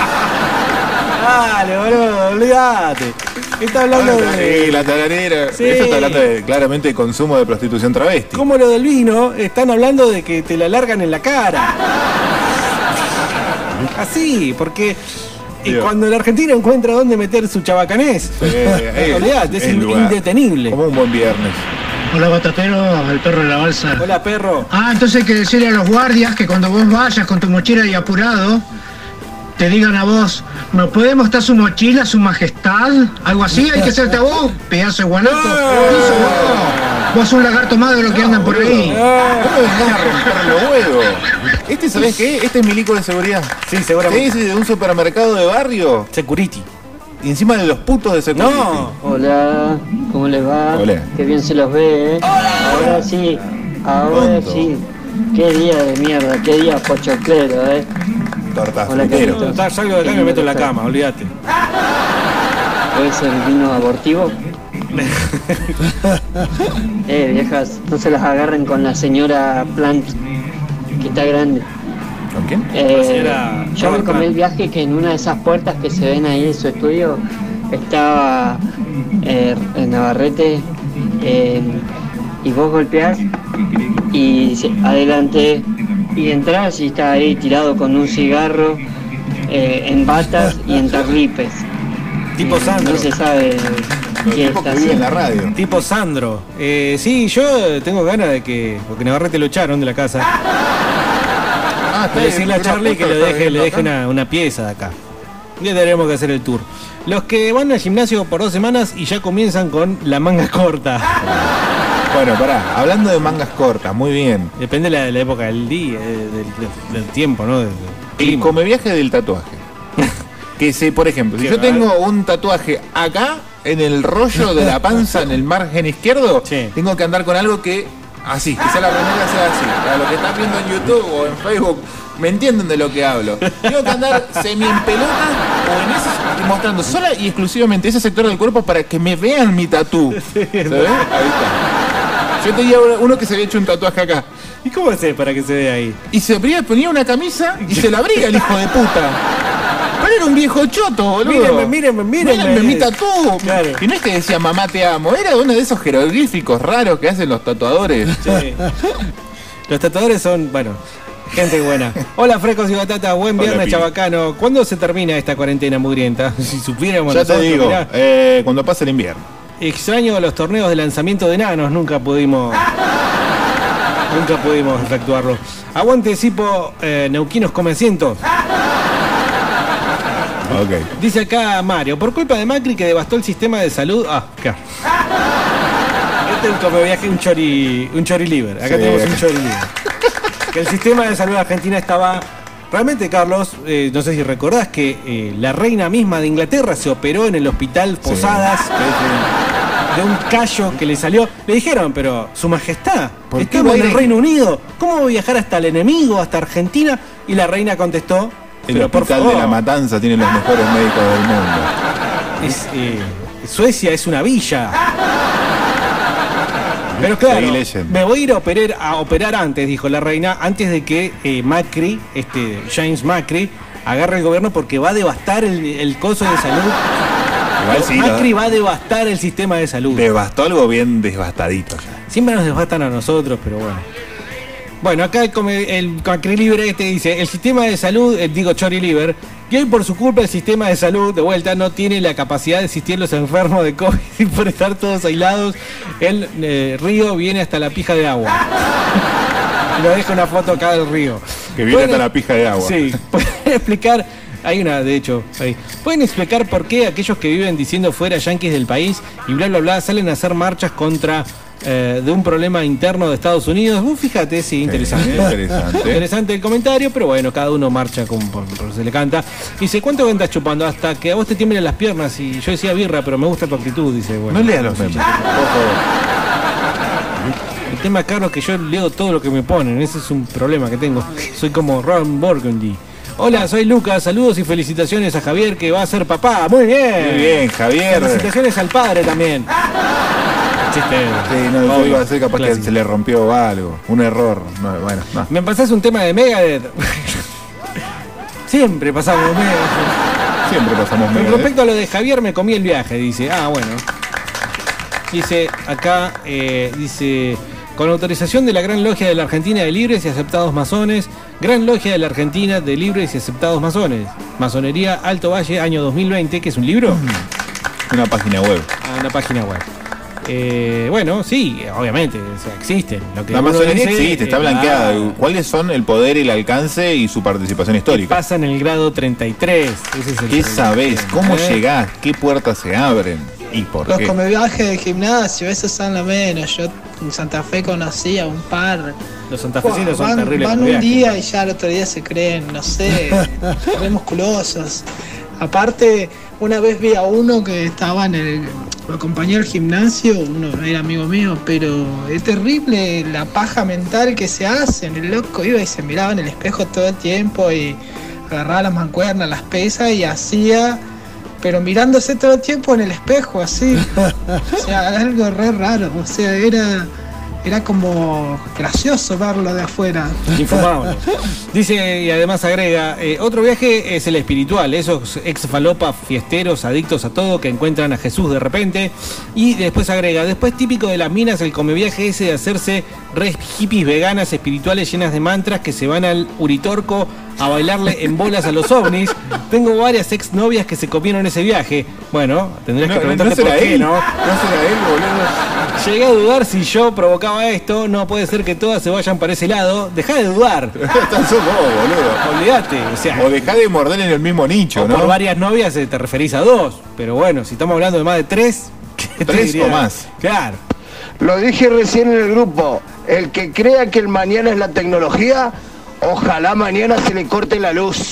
Dale, boludo, olvídate. Está hablando Ah, de... sí, la tararera. Sí. Eso está hablando de, claramente de consumo de prostitución travesti. Como lo del vino, están hablando de que te la largan en la cara. Así, porque y Dios. cuando el argentino encuentra dónde meter su chabacanés, Eh, olvidate, es el in- lugar. indetenible. Como un buen viernes. Hola batatero, el perro de la balsa. Hola, perro. Ah, entonces hay que decirle a los guardias que cuando vos vayas con tu mochila y apurado, te digan a vos, ¿me puede mostrar su mochila, su majestad? Algo así, hay que hacerte a vos, pedazo de guanaco. ¿Qué hizo vos? Vos sos un lagarto más de lo que andan por ahí. ¿Cómo venís a romper los huevos? Este, ¿sabés qué? Este es milico de seguridad. Sí, seguramente. Este es de un supermercado de barrio. Security. Y encima de los putos de security. No. Hola, ¿cómo les va? Hola. Qué bien se los ve, ¿eh? Ahora sí, ahora Tonto. sí. Qué día de mierda, qué día pochoclero, ¿eh? Tortas Hola, frutero. Carlitos. Está, salgo de acá y me meto en la cama, olvídate. ¿Puede ser vino abortivo? eh, viejas, no se las agarren con la señora Plant, que está grande. ¿Con quién? Eh, La señora yo me Robert comí el Plant. viaje que en una de esas puertas que se ven ahí en su estudio estaba eh, en Navarrete eh, y vos golpeás y se- adelante y entras y está ahí tirado con un cigarro eh, en batas y en tarlipes. Tipo Eh, Sandro. No se sabe Los qué tipos está que viven en haciendo. la radio. Tipo Sandro. Eh, sí, yo tengo ganas de que. Porque Navarrete lo echaron de la casa. Ah, está Voy a bien, decirle a una Charlie puta que le está deje, viviendo le deje acá. una, una pieza de acá. Ya tenemos que hacer el tour. Los que van al gimnasio por dos semanas y ya comienzan con la manga corta. Bueno, pará, hablando de mangas cortas, muy bien. Depende de la, de la época del día, eh, del, del- del tiempo, ¿no? Del- del El clima. come viaje del tatuaje. Que si, por ejemplo, si Sí, yo a ver. tengo un tatuaje acá, en el rollo de la panza, en el margen izquierdo, Sí. tengo que andar con algo que, así, quizá la remera sea así. Para los que están viendo en YouTube o en Facebook, me entienden de lo que hablo. Tengo que andar semi en pelota o en ese, mostrando sola y exclusivamente ese sector del cuerpo para que me vean mi tatú. ¿Se ve? Ahí está. Yo tenía uno que se había hecho un tatuaje acá. ¿Y cómo haces para que se vea ahí? Y se abría, ponía una camisa y se la abría el hijo de puta. Pero era un viejo choto, boludo. Mírenme, mírenme, mírenme. Mírenme mi tatú. Claro. Y no es que decía mamá te amo, era uno de esos jeroglíficos raros que hacen los tatuadores. Sí. Los tatuadores son, bueno, gente buena. Hola, frescos y batatas, buen Hola, viernes, Pi. chabacano. ¿Cuándo se termina esta cuarentena mugrienta? Si supiéramos Ya te nosotros, digo, mirá. eh, cuando pase el invierno. Extraño los torneos de lanzamiento de enanos, nunca pudimos. Nunca pudimos efectuarlo. Aguante, Cipo, eh, Neuquinos come asientos. Ok. Dice acá Mario, por culpa de Macri que devastó el sistema de salud. Ah, claro. Este es un come viaje, un chori, un chori liver. Acá Sí, tenemos acá. un chori liver. Que el sistema de salud de Argentina estaba. Realmente, Carlos, eh, no sé si recordás que eh, la reina misma de Inglaterra se operó en el hospital Posadas de un callo que le salió. Le dijeron, pero su majestad, ¿Por qué estamos va a en ir el ahí? Reino Unido. ¿Cómo va a viajar hasta el enemigo, hasta Argentina? Y la reina contestó, El pero por hospital favor, de la Matanza tiene los mejores médicos del mundo. es, eh, Suecia es una villa. Pero claro, Seguí leyendo. me voy a ir a operar, a operar antes, dijo la reina, antes de que eh, Macri, este James Macri, agarre el gobierno porque va a devastar el, el coso de salud. Igual sí, Macri ¿no? va a devastar el sistema de salud. Devastó algo bien devastadito ya. Siempre nos devastan a nosotros, pero bueno. Bueno, acá el, come- el Macri Libre este dice, el sistema de salud, eh, digo Chori Liber, y hoy por su culpa el sistema de salud, de vuelta, no tiene la capacidad de asistir los enfermos de COVID y por estar todos aislados, el eh, río viene hasta la pija de agua. Y nos deja una foto acá del río. Que viene ¿Pueden- hasta la pija de agua. Sí, ¿pueden explicar Hay una, de hecho, ahí. ¿Pueden explicar por qué aquellos que viven diciendo fuera yanquis del país y bla, bla, bla, salen a hacer marchas contra eh, de un problema interno de Estados Unidos? Uh, fíjate, sí, interesante. Sí, interesante. Interesante el comentario, pero bueno, cada uno marcha como por, por se le canta. Dice, ¿cuánto ventas chupando? Hasta que a vos te tiemblen las piernas. Y yo decía birra, pero me gusta tu actitud, dice. Bueno, no leas los memes, por favor. El tema, Carlos, es que yo leo todo lo que me ponen. Ese es un problema que tengo. Soy como Ron Burgundy. Hola, soy Lucas, saludos y felicitaciones a Javier que va a ser papá. Muy bien. Muy bien, Javier. Felicitaciones al padre también. Chiste. Sí, no, yo iba a ser capaz clásico. Que se le rompió algo, un error. No, bueno, no. ¿Me pasás un tema de Megadeth? Siempre pasamos Megadeth. Siempre pasamos Megadeth. Con respecto a lo de Javier, me comí el viaje, dice. Ah, bueno. Dice acá, eh, dice... Con autorización de la Gran Logia de la Argentina de Libres y Aceptados Masones, Gran Logia de la Argentina de Libres y Aceptados Masones, Masonería Alto Valle, año dos mil veinte, ¿qué es un libro? Una página web. Ah, una página web. Eh, bueno, sí, obviamente, o sea, existen. Lo que la masonería dice, existe, está eh, blanqueada. Ah, ¿Cuáles son el poder, el alcance y su participación histórica? Pasa en el grado treinta y tres. Ese es el ¿Qué sabés? ¿Cómo ¿eh? llegás? ¿Qué puertas se abren? ¿Y por Los qué? comeviajes de gimnasio, esos son lo menos. Yo en Santa Fe conocí a un par. Los santafesinos son van, terribles. Van un viajes. día y ya el otro día se creen, no sé, re musculosos. Aparte, una vez vi a uno que estaba en el... Lo acompañé al gimnasio, uno era amigo mío, pero es terrible la paja mental que se hacen. El loco iba y se miraba en el espejo todo el tiempo y agarraba las mancuernas, las pesas y hacía... Pero mirándose todo el tiempo en el espejo, así. O sea, algo re raro. O sea, era... Era como gracioso verlo de afuera. Infumable. Dice y además agrega, eh, otro viaje es el espiritual, esos ex falopas fiesteros, adictos a todo, que encuentran a Jesús de repente. Y después agrega, después típico de las minas el come viaje ese de hacerse re hippies veganas espirituales llenas de mantras que se van al Uritorco a bailarle en bolas a los ovnis. Tengo varias ex novias que se comieron ese viaje. Bueno, tendrías no, que preguntarte no por qué, él, ¿no? No será él, boludo. Llegué a dudar si yo provocaba esto. No puede ser que todas se vayan para ese lado. Dejá de dudar. Están sos vos, boludo. Olvídate. O sea, o dejá de morder en el mismo nicho, o ¿no? por varias novias te referís a dos. Pero bueno, si estamos hablando de más de tres, ¿qué te tres diría? o más. Claro. Lo dije recién en el grupo. El que crea que el mañana es la tecnología, ojalá mañana se le corte la luz.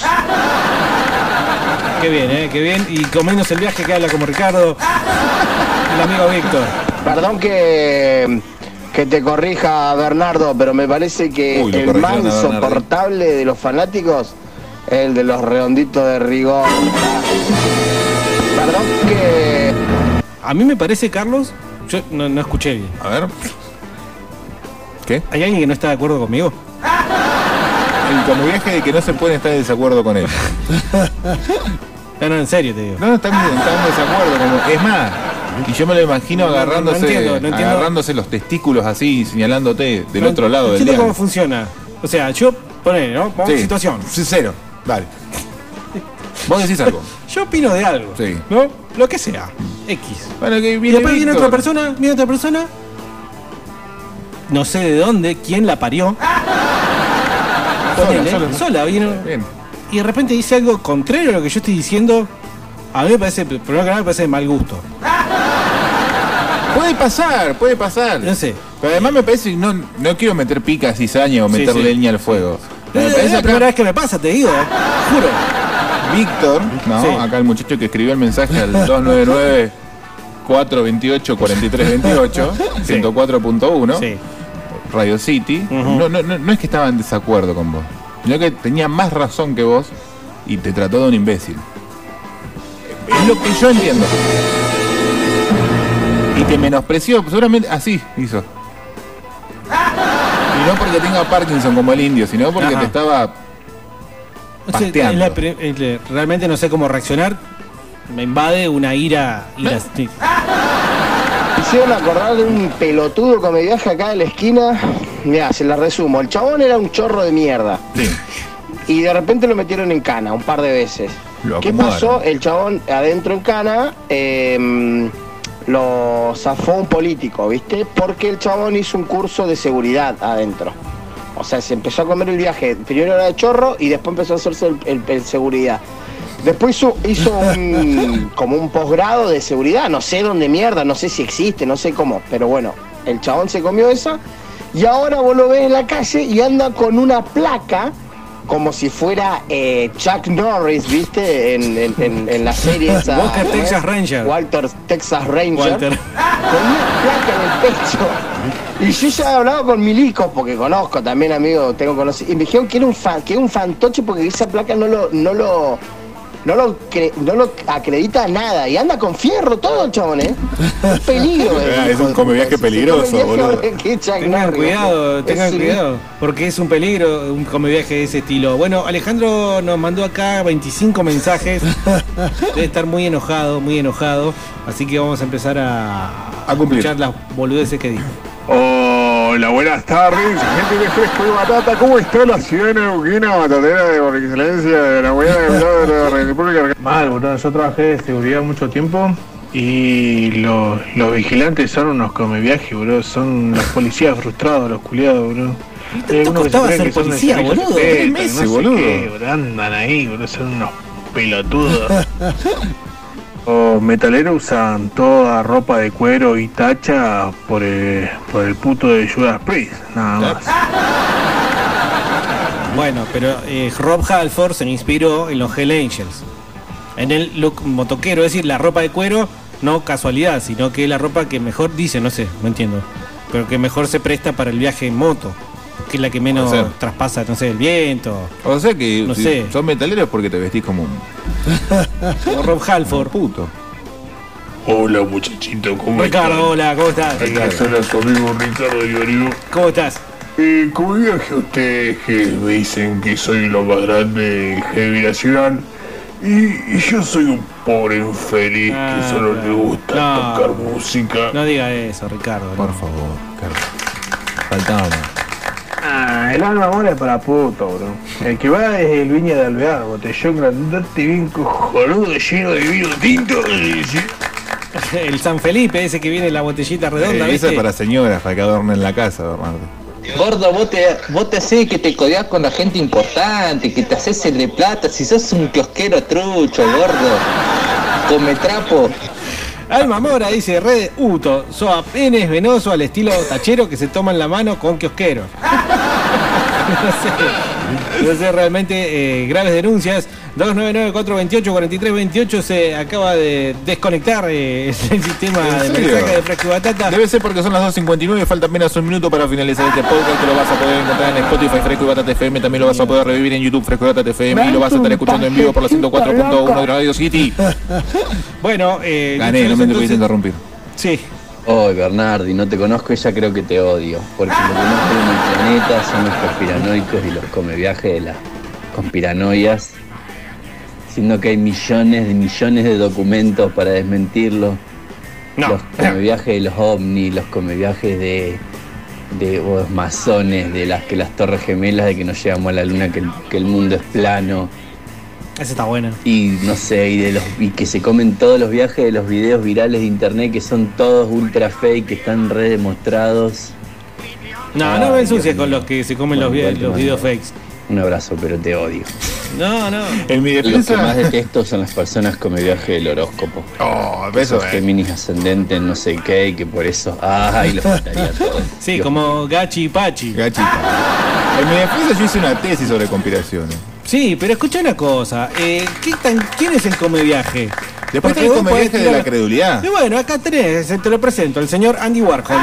Qué bien, ¿eh? Qué bien. Y comiéndose el viaje que habla como Ricardo, el amigo Víctor. Perdón que, que te corrija, Bernardo, pero me parece que Uy, el más insoportable de los fanáticos es el de los redonditos de rigor. Perdón que... A mí me parece, Carlos, yo no, no escuché bien. A ver. ¿Qué? ¿Hay alguien que no está de acuerdo conmigo? El como viaje de que no se puede estar en desacuerdo con él. No, no, en serio te digo. No, no, estamos, estamos en desacuerdo. Como, es más, y yo me lo imagino No, no, agarrándose, no entiendo, no entiendo. agarrándose los testículos así, señalándote del No, otro lado no del entiendo día. cómo funciona. O sea, yo, ponele, ¿no? Vamos a situación. Sincero, dale. Vos decís algo. Yo opino de algo. Sí. ¿No? Lo que sea. X. Bueno, que Y viene después viene Víctor. otra persona, viene otra persona. No sé de dónde, quién la parió. Ponele, Sola, sola. sola, vino. Bien. Y de repente dice algo contrario a lo que yo estoy diciendo. A mí me parece, primero que nada me parece de mal gusto. Puede pasar, puede pasar. No sé. Pero además me parece, no, no quiero meter pica cizaña o Sí, meter sí. leña al fuego. Es Me parece la acá, primera vez que me pasa, te digo. Juro. Víctor, ¿no? Sí. Acá el muchacho que escribió el mensaje al dos nueve nueve, cuatro dos ocho, cuatro tres dos ocho, ciento cuatro punto uno, Sí. Radio City. Ujú. no, no, no, no es que estaba en desacuerdo con vos, sino que tenía más razón que vos y te trató de un imbécil. Es lo que yo entiendo. Y te menospreció, seguramente así hizo. Y no porque tenga Parkinson como el indio, sino porque Ajá. te estaba O sea, pasteando. es la pri- es la- realmente no sé cómo reaccionar. Me invade una ira. ira sí. Me hicieron acordar de un pelotudo que me viaja acá de la esquina. Mirá, se la resumo. El chabón era un chorro de mierda. Sí. Y de repente lo metieron en cana un par de veces. Lo ¿Qué acomodaron. pasó? El chabón adentro en cana eh, lo zafó un político, ¿viste? Porque el chabón hizo un curso de seguridad adentro. O sea, se empezó a comer el viaje. Primero era de chorro y después empezó a hacerse el, el- el seguridad. Después hizo, hizo un, como un posgrado de seguridad, no sé dónde mierda, no sé si existe, no sé cómo, pero bueno, el chabón se comió esa y ahora vos lo ves en la calle y anda con una placa como si fuera eh, Chuck Norris, ¿viste? En, en, en, en la serie esa. Walker Texas Ranger. Walter Texas Ranger. Walter. Con una placa en el pecho. Y yo ya he hablado con milicos, porque conozco también, amigo, tengo conocido. Y me dijeron que era un fan, que era un fantoche porque esa placa no lo, no lo, no lo, cre, no lo acredita a nada. Y anda con fierro todo, chabón, ¿eh? Un peligro, eh. Es un come viaje peligroso, boludo. Tengan cuidado, tengan cuidado, porque es un peligro un come viaje de ese estilo. Bueno, Alejandro nos mandó acá veinticinco mensajes. Debe estar muy enojado, muy enojado. Así que vamos a empezar a, a escuchar las boludeces que dijo. Hola, buenas tardes, gente de Fresco y Batata. ¿Cómo está la ciudad neuquina batatera de por excelencia de la huella de la República Argentina? Mal, boludo. Yo trabajé de seguridad mucho tiempo y los, los vigilantes son unos come viajes, boludo. Son los policías frustrados, los culiados, boludo. Hay algunos que se creen que son policía, boludo. Tres meses, no sé boludo. Qué, boludo. Andan ahí, boludo. Son unos pelotudos. Los metaleros usan toda ropa de cuero y tacha por el, por el puto de Judas Priest, nada más. Bueno, pero eh, Rob Halford se inspiró en los Hell Angels, en el look motoquero, es decir, la ropa de cuero, no casualidad, sino que es la ropa que mejor dice, no sé, no entiendo, pero que mejor se presta para el viaje en moto, que es la que menos o sea, traspasa, no sé, el viento. O sea que no si sé. Son metaleros porque te vestís como un... Como Rob Halford. Puto. Hola muchachito, ¿cómo Ricardo, estás? hola, ¿cómo estás? Acá solo tu amigo Ricardo Iorio. ¿Cómo estás? Eh, como viaje ustedes que me dicen que soy lo más grande de heavy nacional y, y yo soy un pobre infeliz ah, que solo no, le gusta no, tocar música. No diga eso, Ricardo. Por no. favor, Ricardo. Faltaba más. Ah, el alma mola es para puto, bro. El que va es el Viña de Alvear, botellón grandote bien cojonudo, lleno de vino tinto. El San Felipe, ese que viene en la botellita redonda, eh, ¿viste? Esa es para señoras, para que adornen la casa, Bernardo. Gordo, vos te, vos te haces que te codeás con la gente importante, que te haces el de plata, si sos un kiosquero trucho, gordo. Come trapo. Alma Mora dice, Red Uto, soa penes venoso al estilo tachero que se toman la mano con kiosqueros. No sé, no sé realmente, eh, graves denuncias. Dos nueve nueve, cuatro dos ocho, cuatro tres dos ocho se acaba de desconectar eh, el sistema de mensaje de Fresco y Batata. Debe ser porque son las dos cincuenta y nueve, falta apenas un minuto para finalizar este podcast, que lo vas a poder encontrar en Spotify, Fresco y Batata F M, también lo vas a poder revivir en YouTube, Fresco y Batata F M, y lo vas a estar escuchando en vivo por la ciento cuatro punto uno de Radio City. Bueno, eh, gané, no me tuviste interrumpir. Sí. Oh, Bernardi, no te conozco y ya creo que te odio, porque lo que más creo en el planeta son los conspiranoicos y los come viajes de las conspiranoias, siendo que hay millones de millones de documentos para desmentirlo. No. Los come viajes de los ovnis, los come viajes de, de oh, los masones, de las que las torres gemelas, de que no llegamos a la luna, que el, que el mundo es plano. Esa está buena. Y no sé, y de los y que se comen todos los viajes de los videos virales de internet, que son todos ultra fake, que están re demostrados. No, ah, no me ensucias con los que se comen bueno, los, los videos fakes. Un abrazo, pero te odio. No, no. En mi defensa... Los que más detesto son las personas con el viaje del horóscopo. Oh, esos eh. Géminis ascendentes, no sé qué, y que por eso... ¡Ay, los mataría todos! Sí, Dios como mío. Gachi y Pachi. Gachi y Pachi. En mi defensa yo hice una tesis sobre conspiraciones. Sí, pero escucha una cosa. Eh, ¿qué tan, ¿Quién es el come viaje? Después está el come viaje de la credulidad. Y bueno, acá tenés, te lo presento, el señor Andy Warhol.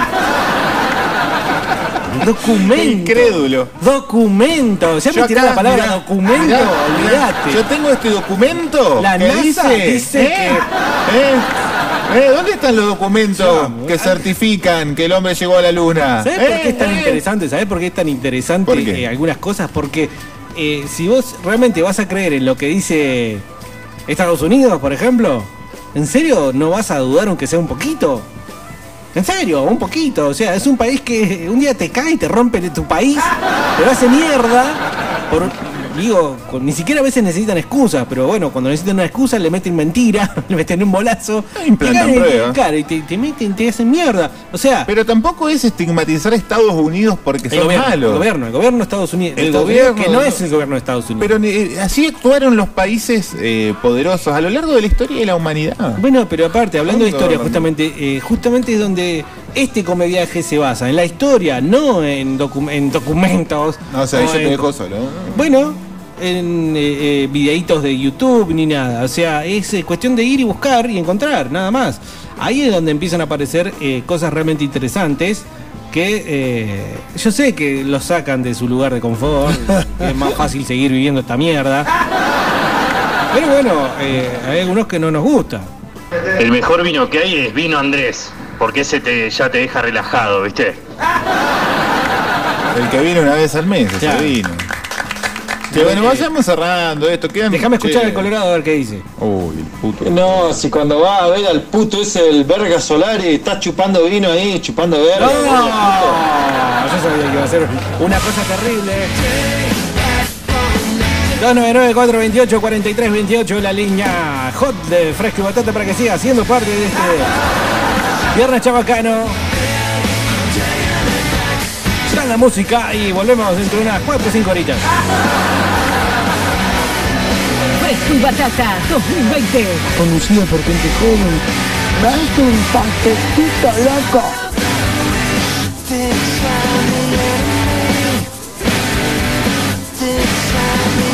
Documento. Incrédulo. Documento. Ya me tirá la palabra mirá, documento, mirá, olvidate. Yo tengo este documento. La que NASA dice, dice ¿eh? que... ¿Eh? ¿Eh? ¿Dónde están los documentos sí, que certifican que el hombre llegó a la luna? ¿Sabés ¿Eh? por qué es tan ¿Eh? interesante? ¿Sabés por qué es tan interesante ¿Por qué? Eh, algunas cosas? Porque eh, si vos realmente vas a creer en lo que dice Estados Unidos, por ejemplo, ¿en serio no vas a dudar aunque sea un poquito? En serio, un poquito. O sea, es un país que un día te cae y te rompe de tu país, te hace mierda por digo, con, ni siquiera a veces necesitan excusas, pero bueno, cuando necesitan una excusa le meten mentira, le meten un bolazo, implantan y, pruebas. Claro, y te, te meten, te hacen mierda. O sea, pero tampoco es estigmatizar a Estados Unidos porque son gobierno, malos. El gobierno, el gobierno de Estados Unidos, El Estados gobierno, Unidos, que no es el gobierno de Estados Unidos. Pero eh, así actuaron los países eh, poderosos a lo largo de la historia de la humanidad. Bueno, pero aparte, hablando de Todo, historia, todo. justamente, eh, justamente es donde este comeviaje se basa, en la historia, no en, docu en documentos. No, o sea, ahí o yo te en- dejo solo. Bueno, en eh, eh, videitos de YouTube ni nada. O sea, es eh, cuestión de ir y buscar y encontrar, nada más. Ahí es donde empiezan a aparecer eh, cosas realmente interesantes que eh, yo sé que los sacan de su lugar de confort, que es más fácil seguir viviendo esta mierda. Pero bueno, eh, hay algunos que no nos gusta. El mejor vino que hay es vino Andrés, porque ese te, ya te deja relajado, ¿viste? El que viene una vez al mes, ese Claro. vino. Que bueno, vayamos cerrando esto. Quedan, Déjame escuchar che. el Colorado a ver qué dice. Uy, el puto. No, si cuando vas a ver al puto ese el verga Solari, está chupando vino ahí, chupando verga. No, yo sabía que iba a ser una cosa terrible. dos nueve nueve, cuatro dos ocho, cuatro tres dos ocho, la línea hot de Fresco y Batata para que siga siendo parte de este viernes chabacano. Está la música y volvemos dentro de unas cuatro o cinco horitas. Fresco y Batata dos mil veinte. Conducida por gente joven. ¡Me hace un pastelito loco!